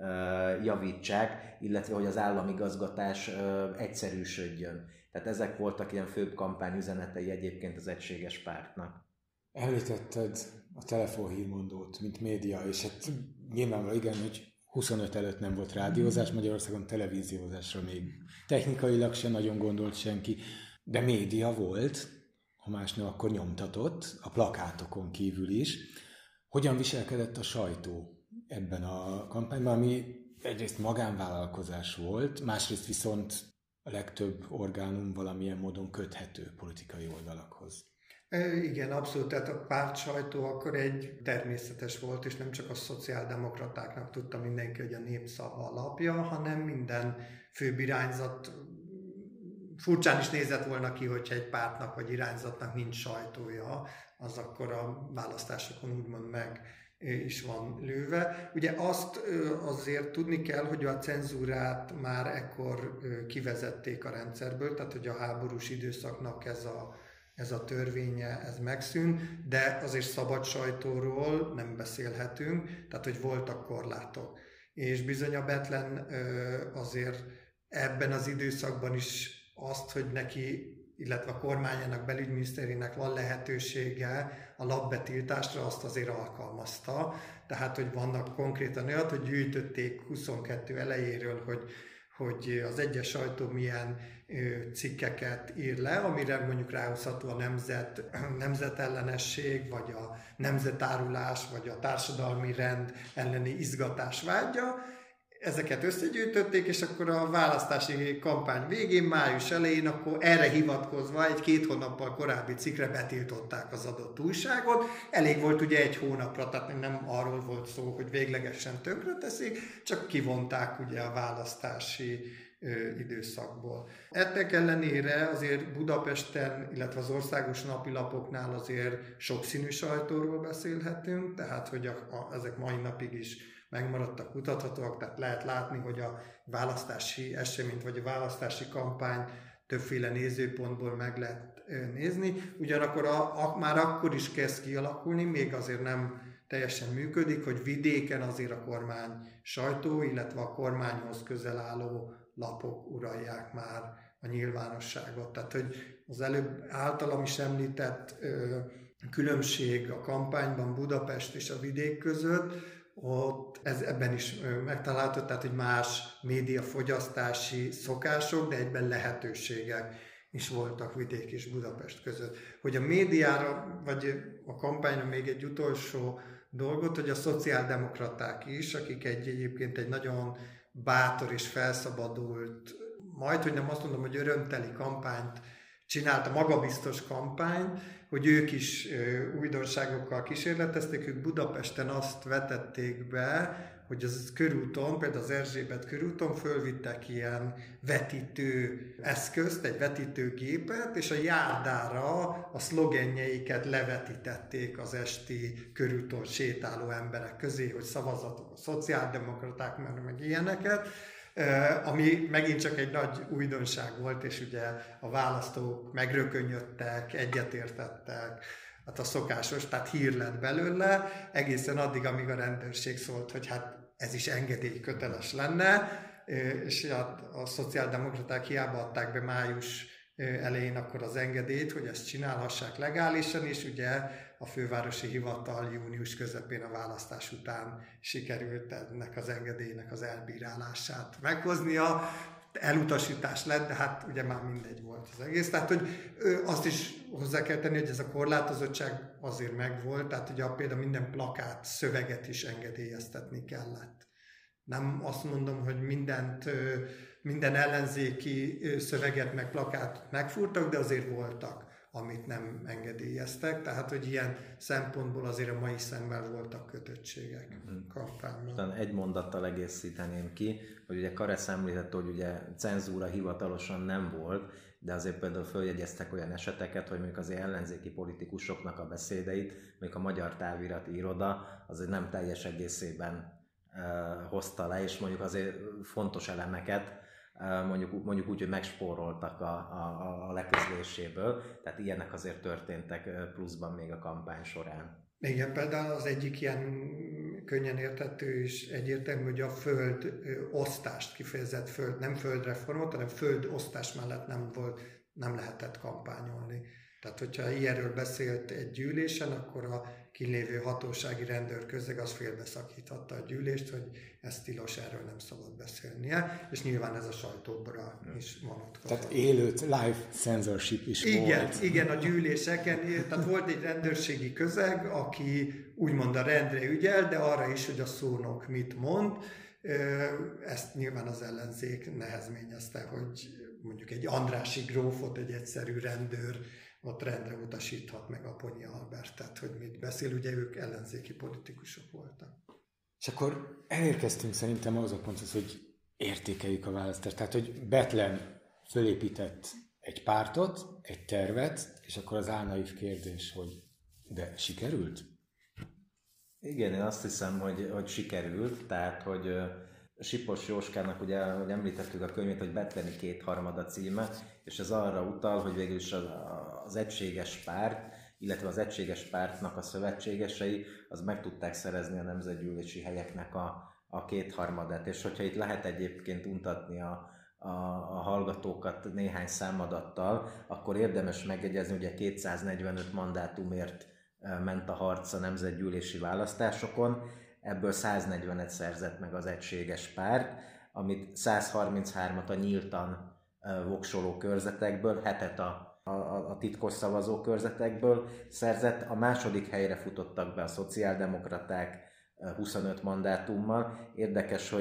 Speaker 3: javítsák, illetve hogy az államigazgatás egyszerűsödjön. Tehát ezek voltak ilyen főbb kampányüzenetei egyébként az egységes pártnak.
Speaker 2: Említetted a telefonhírmondót, mint média, és hát nyilvánvalóan igen, hogy 25 előtt nem volt rádiózás, Magyarországon televíziózásra még technikailag sem nagyon gondolt senki, de média volt, ha más nem, akkor nyomtatott, a plakátokon kívül is. Hogyan viselkedett a sajtó ebben a kampányban, ami egyrészt magánvállalkozás volt, másrészt viszont a legtöbb orgánum valamilyen módon köthető politikai oldalakhoz?
Speaker 4: Igen, abszolút, tehát a pártsajtó akkor egy természetes volt, és nem csak a szociáldemokratáknak tudta mindenki, hogy a Népszava alapja, hanem minden főbb irányzat furcsán is nézett volna ki, hogyha egy pártnak vagy irányzatnak nincs sajtója, az akkor a választásokon úgymond meg is van lőve. Ugye azt azért tudni kell, hogy a cenzúrát már ekkor kivezették a rendszerből, tehát hogy a háborús időszaknak ez a törvénye, ez megszűnt, de azért szabad sajtóról nem beszélhetünk, tehát hogy voltak korlátok. És bizony a Bethlen azért ebben az időszakban is azt, hogy neki, illetve a kormányának, belügyminiszterének van lehetősége a lapbetiltásra, azt azért alkalmazta. Tehát, hogy vannak konkrétan olyan, hogy gyűjtötték 22 elejéről, hogy az egyes sajtó milyen cikkeket ír le, amire mondjuk ráhozható a nemzetellenesség, vagy a nemzetárulás, vagy a társadalmi rend elleni izgatás vágya, ezeket összegyűjtötték, és akkor a választási kampány végén, május elején, akkor erre hivatkozva egy 2 hónappal korábbi cikkre betiltották az adott újságot. Elég volt ugye 1 hónapra, tehát nem arról volt szó, hogy véglegesen tönkreteszik, csak kivonták ugye a választási időszakból. Ennek ellenére azért Budapesten, illetve az országos napilapoknál azért sokszínű sajtóról beszélhetünk, tehát hogy ezek mai napig is megmaradtak, kutathatóak, tehát lehet látni, hogy a választási eseményt vagy a választási kampány többféle nézőpontból meg lehet nézni. Ugyanakkor már akkor is kezd kialakulni, még azért nem teljesen működik, hogy vidéken azért a kormány sajtó, illetve a kormányhoz közel álló lapok uralják már a nyilvánosságot. Tehát, hogy az előbb általam is említett különbség a kampányban Budapest és a vidék között, ott ebben is megtalálható, tehát hogy más médiafogyasztási szokások, de egyben lehetőségek is voltak vidék és Budapest között. Hogy a médiára, vagy a kampányra még egy utolsó dolgot, hogy a szociáldemokraták is, akik egyébként egy nagyon bátor és felszabadult, majdhogy nem azt mondom, hogy örömteli kampányt csinálta, magabiztos kampányt, hogy ők is újdonságokkal kísérletezték, ők Budapesten azt vetették be, hogy az körúton, például az Erzsébet körúton fölvittek ilyen vetítő eszközt, egy vetítőgépet, és a járdára a szlogenjeiket levetítették az esti körúton sétáló emberek közé, hogy szavazatok a szociáldemokraták, meg ilyeneket, ami megint csak egy nagy újdonság volt, és ugye a választók megrökönyödtek, egyetértettek, hát a szokásos, tehát hír lett belőle, egészen addig, amíg a rendőrség szólt, hogy hát ez is engedélyköteles lenne, és a szociáldemokraták hiába adták be május elején akkor az engedélyt, hogy ezt csinálhassák legálisan, és ugye a fővárosi hivatal június közepén a választás után sikerült ennek az engedélynek az elbírálását meghoznia. Elutasítás lett, de hát ugye már mindegy volt az egész. Tehát, hogy azt is hozzá kell tenni, hogy ez a korlátozottság azért megvolt, tehát ugye például minden plakát szöveget is engedélyeztetni kellett. Nem azt mondom, hogy minden ellenzéki szöveget meg plakátot megfúrtak, de azért voltak, amit nem engedélyeztek. Tehát, hogy ilyen szempontból azért a mai szemmel voltak kötöttségek kampányban.
Speaker 3: Aztán egy mondattal egészíteném ki, hogy ugye Karesz említette, hogy ugye cenzúra hivatalosan nem volt, de azért például följegyeztek olyan eseteket, hogy mondjuk az ellenzéki politikusoknak a beszédeit, mondjuk a Magyar Távirati Iroda azért nem teljes egészében hozta le, és mondjuk azért fontos elemeket, mondjuk úgy, hogy megspóroltak a leközléséből, tehát ilyenek azért történtek pluszban még a kampány során.
Speaker 4: Igen, például az egyik ilyen könnyen érthető és egyértelmű, hogy a földosztást kifejezett nem földreformot, hanem földosztás mellett nem lehetett kampányolni. Tehát, hogyha ilyenről beszélt egy gyűlésen, akkor a kilévő hatósági rendőrközeg az félbeszakíthatta a gyűlést, hogy ez tilos, erről nem szabad beszélnie, és nyilván ez a sajtóbra is vonatkozott.
Speaker 2: Tehát élő live censorship is volt.
Speaker 4: Igen, a gyűléseken, tehát volt egy rendőrségi közeg, aki úgymond a rendre ügyel, de arra is, hogy a szónok mit mond. Ezt nyilván az ellenzék nehezményezte, hogy mondjuk egy andrássy grófot, egy egyszerű rendőr ott rendre utasíthat meg Aponyi Albertet, hogy mit beszél, ugye ők ellenzéki politikusok voltak.
Speaker 2: És akkor elérkeztünk szerintem ahhoz a ponthoz, hogy értékeljük a választást. Tehát, hogy Bethlen fölépített egy pártot, egy tervet, és akkor az álnaív kérdés, hogy de sikerült?
Speaker 3: Igen, én azt hiszem, hogy sikerült, tehát, hogy Sipos Jóskának, ugye, ahogy említettük a könyvét, hogy Bethleni kétharmada címe, és ez arra utal, hogy végül is az egységes párt, illetve az egységes pártnak a szövetségesei, az meg tudták szerezni a nemzetgyűlési helyeknek a kétharmadát. És hogyha itt lehet egyébként untatni a hallgatókat néhány számadattal, akkor érdemes megjegyezni, hogy 245 mandátumért ment a harc a nemzetgyűlési választásokon, ebből 140-et szerzett meg az egységes párt, amit 133-at a nyíltan voksoló körzetekből, 7-et a titkos szavazó körzetekből szerzett. A második helyre futottak be a szociáldemokraták 25 mandátummal. Érdekes, hogy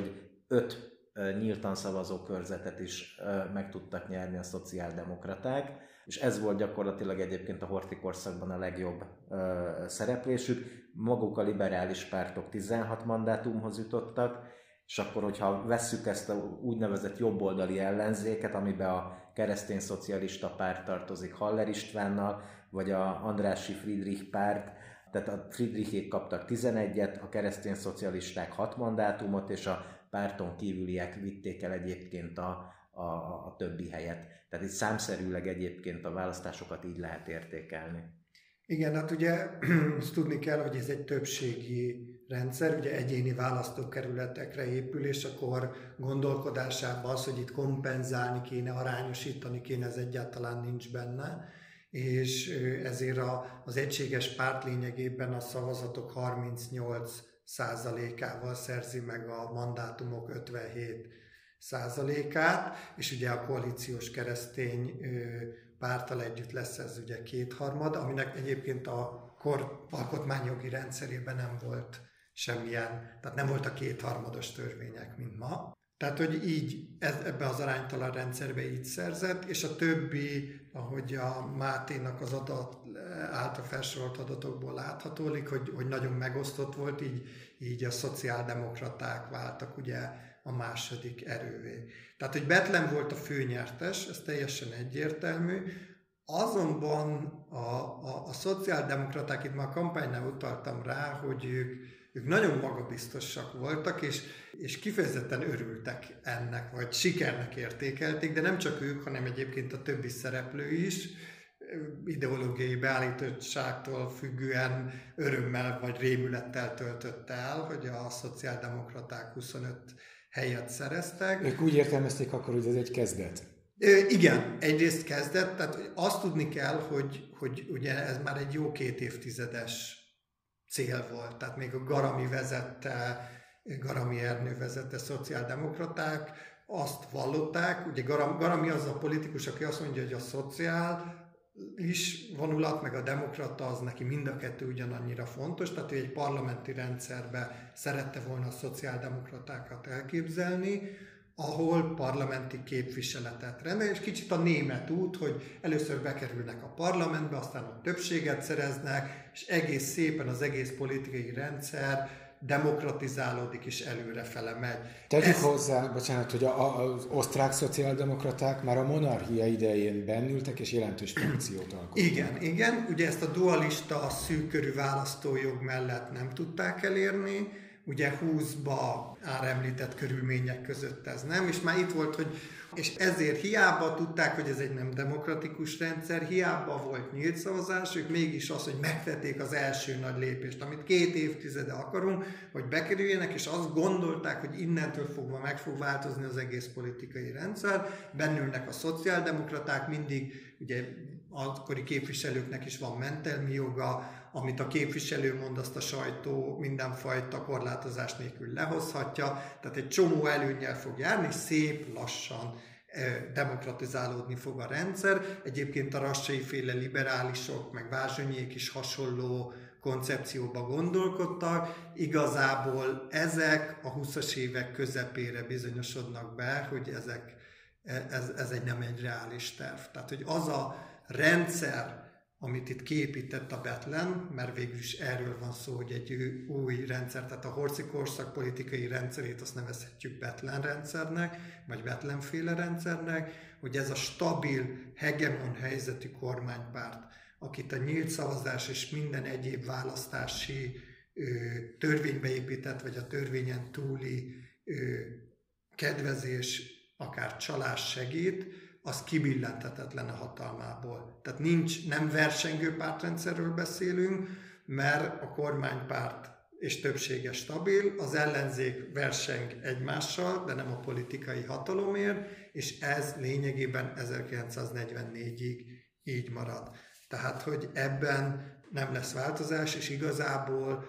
Speaker 3: 5 nyíltan szavazó körzetet is meg tudtak nyerni a szociáldemokraták, és ez volt gyakorlatilag egyébként a Horthy korszakban a legjobb szereplésük. Maguk a liberális pártok 16 mandátumhoz jutottak, és akkor, hogyha vesszük ezt a úgynevezett jobboldali ellenzéket, amiben a keresztény szocialista párt tartozik Haller Istvánnal, vagy a Andrássy Friedrich párt, tehát a Friedrichék kaptak 11-et, a keresztény szocialisták 6 mandátumot, és a párton kívüliek vitték el egyébként a többi helyet. Tehát itt számszerűleg egyébként a választásokat így lehet értékelni.
Speaker 4: Igen, hát ugye azt tudni kell, hogy ez egy többségi rendszer, ugye egyéni választókerületekre épül, és akkor gondolkodásában az, hogy itt kompenzálni kéne, arányosítani kéne, ez egyáltalán nincs benne, és ezért az egységes párt lényegében a szavazatok 38%-ával szerzi meg a mandátumok 57%-át, és ugye a koalíciós keresztény párttal együtt lesz ez ugye 2/3, aminek egyébként a kor alkotmányjogi rendszerében nem volt semmilyen, tehát nem voltak 2/3 törvények, mint ma. Tehát, hogy így ebbe az aránytalan rendszerbe így szerzett, és a többi, ahogy a Máténak az adat által felsorolt adatokból láthatólik, hogy nagyon megosztott volt, így a szociáldemokraták váltak ugye a második erővé. Tehát, hogy Bethlen volt a főnyertes, ez teljesen egyértelmű, azonban a szociáldemokraták, itt már a kampánynál utaltam rá, hogy ők nagyon magabiztosak voltak, és kifejezetten örültek ennek, vagy sikernek értékelték, de nem csak ők, hanem egyébként a többi szereplő is, ideológiai beállítottságtól függően örömmel vagy rémülettel töltötte el, hogy a szociáldemokraták 25 helyet szereztek.
Speaker 2: Ők úgy értelmezték akkor, hogy ez egy kezdet?
Speaker 4: Igen, egyrészt kezdet, tehát azt tudni kell, hogy ugye ez már egy jó 2 évtizedes cél volt. Tehát még a Garami Ernő vezette szociáldemokraták azt vallották, ugye Garami az a politikus, aki azt mondja, hogy a szociális vonulat, meg a demokrata az neki mind a kettő ugyanannyira fontos, tehát ő egy parlamenti rendszerbe szerette volna a szociáldemokratákat elképzelni, ahol parlamenti képviseletet rendel, és kicsit a német út, hogy először bekerülnek a parlamentbe, aztán ott többséget szereznek, és egész szépen az egész politikai rendszer demokratizálódik és előrefele megy.
Speaker 2: Tegyük hozzá, bocsánat, hogy az osztrák szociáldemokraták már a monarchia idején bennültek, és jelentős frakciót alkottak.
Speaker 4: Igen, ugye ezt a dualista, szűkkörű választójog mellett nem tudták elérni, ugye 20-ba említett körülmények között ez nem, és már itt volt, és ezért hiába tudták, hogy ez egy nem demokratikus rendszer, hiába volt nyílt szavazás, ők mégis az, hogy megtették az első nagy lépést, amit 2 évtizede akarunk, hogy bekerüljenek, és azt gondolták, hogy innentől fogva meg fog változni az egész politikai rendszer, bennülnek a szociáldemokraták, mindig ugye akkori képviselőknek is van mentelmi joga, amit a képviselő mond, azt a sajtó mindenfajta korlátozás nélkül lehozhatja, tehát egy csomó előnnyel fog járni, szép lassan demokratizálódni fog a rendszer. Egyébként a Rassai-féle liberálisok, meg Vázsonyék is hasonló koncepcióba gondolkodtak. Igazából ezek a 20-as évek közepére bizonyosodnak be, hogy ez nem egy reális terv. Tehát, hogy az a rendszer, amit itt kiépített a Bethlen, mert végül is erről van szó, hogy egy új rendszer, tehát a Horthy korszak politikai rendszerét azt nevezhetjük Bethlen rendszernek, vagy Bethlen-féle rendszernek, hogy ez a stabil, hegemon helyzetű kormánypárt, akit a nyílt szavazás és minden egyéb választási törvénybe épített, vagy a törvényen túli kedvezés, akár csalás segít, az kibillenthetetlen a hatalmából. Tehát nem versengő pártrendszerről beszélünk, mert a kormánypárt és többsége stabil, az ellenzék verseng egymással, de nem a politikai hatalomért, és ez lényegében 1944-ig így marad. Tehát, hogy ebben nem lesz változás, és igazából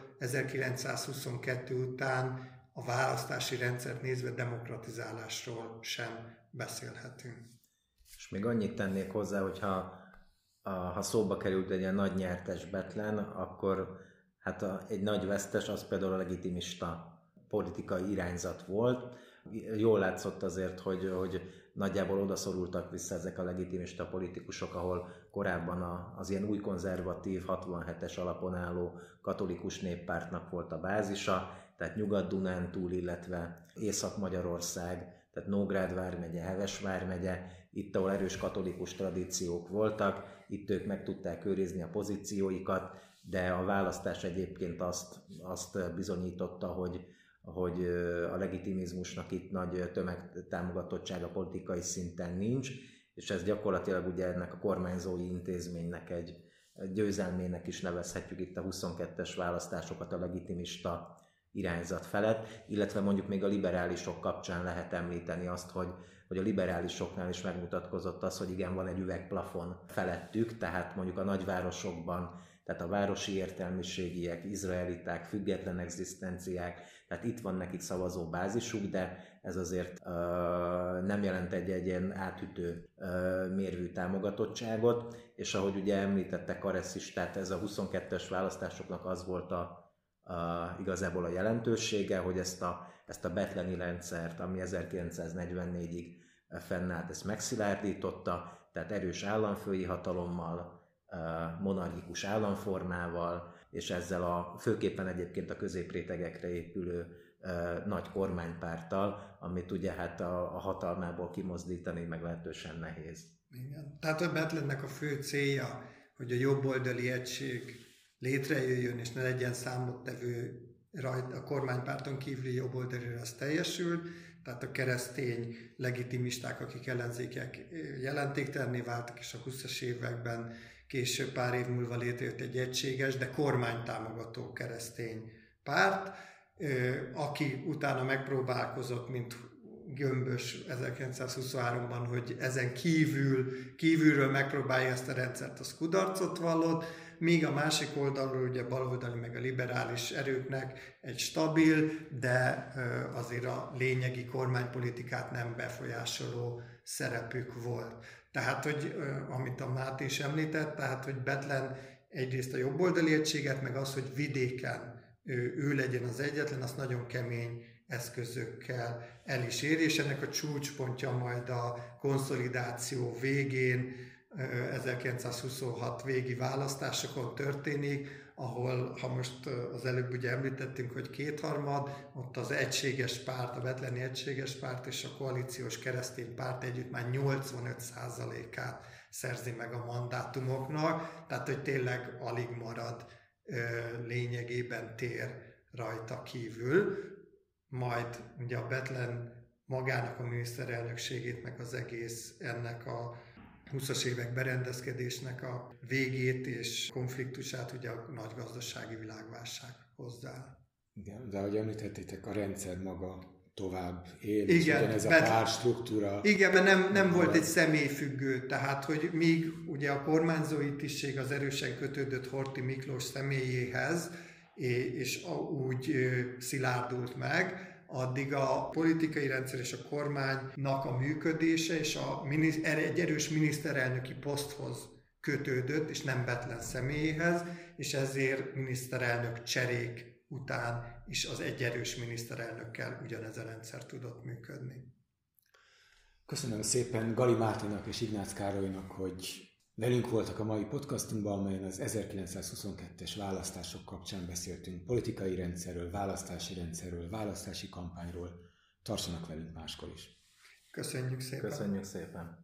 Speaker 4: 1922 után a választási rendszert nézve demokratizálásról sem beszélhetünk.
Speaker 3: És még annyit tennék hozzá, hogy ha szóba került egy ilyen nagy nyertes Bethlen, akkor hát egy nagy vesztes az például a legitimista politikai irányzat volt, Jól látszott azért, hogy nagyjából odaszorultak vissza ezek a legitimista politikusok, ahol korábban az ilyen új konzervatív, 67-es alapon álló katolikus néppártnak volt a bázisa, tehát Nyugat-Dunántúl, illetve Észak-Magyarország, tehát Nógrád vármegye, Heves vármegye, itt, ahol erős katolikus tradíciók voltak, itt ők meg tudták őrizni a pozícióikat, de a választás egyébként azt bizonyította, hogy a legitimizmusnak itt nagy tömegtámogatottsága politikai szinten nincs, és ez gyakorlatilag ugye ennek a kormányzói intézménynek egy győzelmének is nevezhetjük itt a 22-es választásokat a legitimista irányzat felett, illetve mondjuk még a liberálisok kapcsán lehet említeni azt, hogy a liberálisoknál is megmutatkozott az, hogy igen, van egy üvegplafon felettük, tehát mondjuk a nagyvárosokban, tehát a városi értelmiségiek, izraeliták, független egzisztenciák, tehát itt van nekik szavazó bázisuk, de ez azért nem jelent egy ilyen átütő mérvű támogatottságot, és ahogy ugye említette Karesz is, tehát ez a 22-es választásoknak az volt igazából a jelentősége, hogy ezt a bethleni rendszert, ami 1944-ig fennállt, ezt megszilárdította, tehát erős államfői hatalommal, monarchikus államformával, és ezzel főképpen egyébként a középrétegekre épülő nagy kormánypárttal, amit ugye hát a hatalmából kimozdítani meglehetősen nehéz.
Speaker 4: Igen. Tehát a Bethlennek a fő célja, hogy a jobboldali egység létrejöjjön, és ne legyen számottevő a kormánypárton kívüli jobboldalira, az teljesült, tehát a keresztény legitimisták, akik ellenzékek jelentéktelenné váltak, és a 20-as években később pár év múlva létrejött egy egységes, de kormánytámogató keresztény párt, aki utána megpróbálkozott, mint Gömbös 1923-ban, hogy ezen kívülről megpróbálja ezt a rendszert, az kudarcot vallott, míg a másik oldalról, ugye baloldali meg a liberális erőknek egy stabil, de azért a lényegi kormánypolitikát nem befolyásoló szerepük volt. Tehát, hogy amit a Máté is említett, tehát, hogy Bethlen egyrészt a jobboldali egységet, meg az, hogy vidéken ő legyen az egyetlen, azt nagyon kemény eszközökkel el is éri, és ennek a csúcspontja majd a konszolidáció végén, 1926 végi választásokon történik, ahol, ha most az előbb ugye említettünk, hogy kétharmad, ott az egységes párt, a bethleni egységes párt és a koalíciós keresztény párt együtt már 85%-át szerzi meg a mandátumoknak, tehát hogy tényleg alig marad lényegében tér rajta kívül. Majd ugye a Bethlen magának a miniszterelnökségét, meg az egész ennek a 20-as évek berendezkedésnek a végét és konfliktusát ugye a nagy gazdasági világválság hozzá.
Speaker 2: Igen, de ahogy említettétek, a rendszer maga tovább él,
Speaker 4: igen,
Speaker 2: és ez a pártstruktúra...
Speaker 4: Igen, mert nem volt egy személyfüggő, tehát hogy míg ugye a kormányzói tisztség az erősen kötődött Horthy Miklós személyéhez, és úgy szilárdult meg, addig a politikai rendszer és a kormánynak a működése és egy erős miniszterelnöki poszthoz kötődött, és nem Bethlen személyéhez, és ezért miniszterelnök cserék után is az egy erős miniszterelnökkel ugyanez a rendszer tudott működni.
Speaker 2: Köszönöm szépen Gali Máténak és Ignác Károlynak, hogy velünk voltak a mai podcastunkban, amelyen az 1922-es választások kapcsán beszéltünk politikai rendszerről, választási kampányról. Tartsanak velünk máskor is.
Speaker 4: Köszönjük szépen!
Speaker 3: Köszönjük szépen!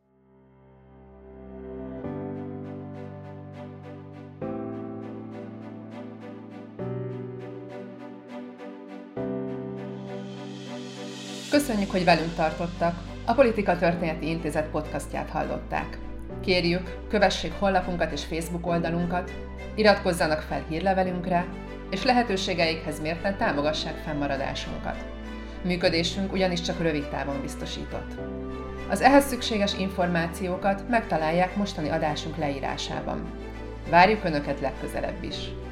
Speaker 1: Köszönjük, hogy velünk tartottak! A Politika Történeti Intézet podcastját hallották. Kérjük, kövessék honlapunkat és Facebook oldalunkat, iratkozzanak fel hírlevelünkre, és lehetőségeikhez mérten támogassák fennmaradásunkat. Működésünk ugyanis csak rövid távon biztosított. Az ehhez szükséges információkat megtalálják mostani adásunk leírásában. Várjuk Önöket legközelebb is!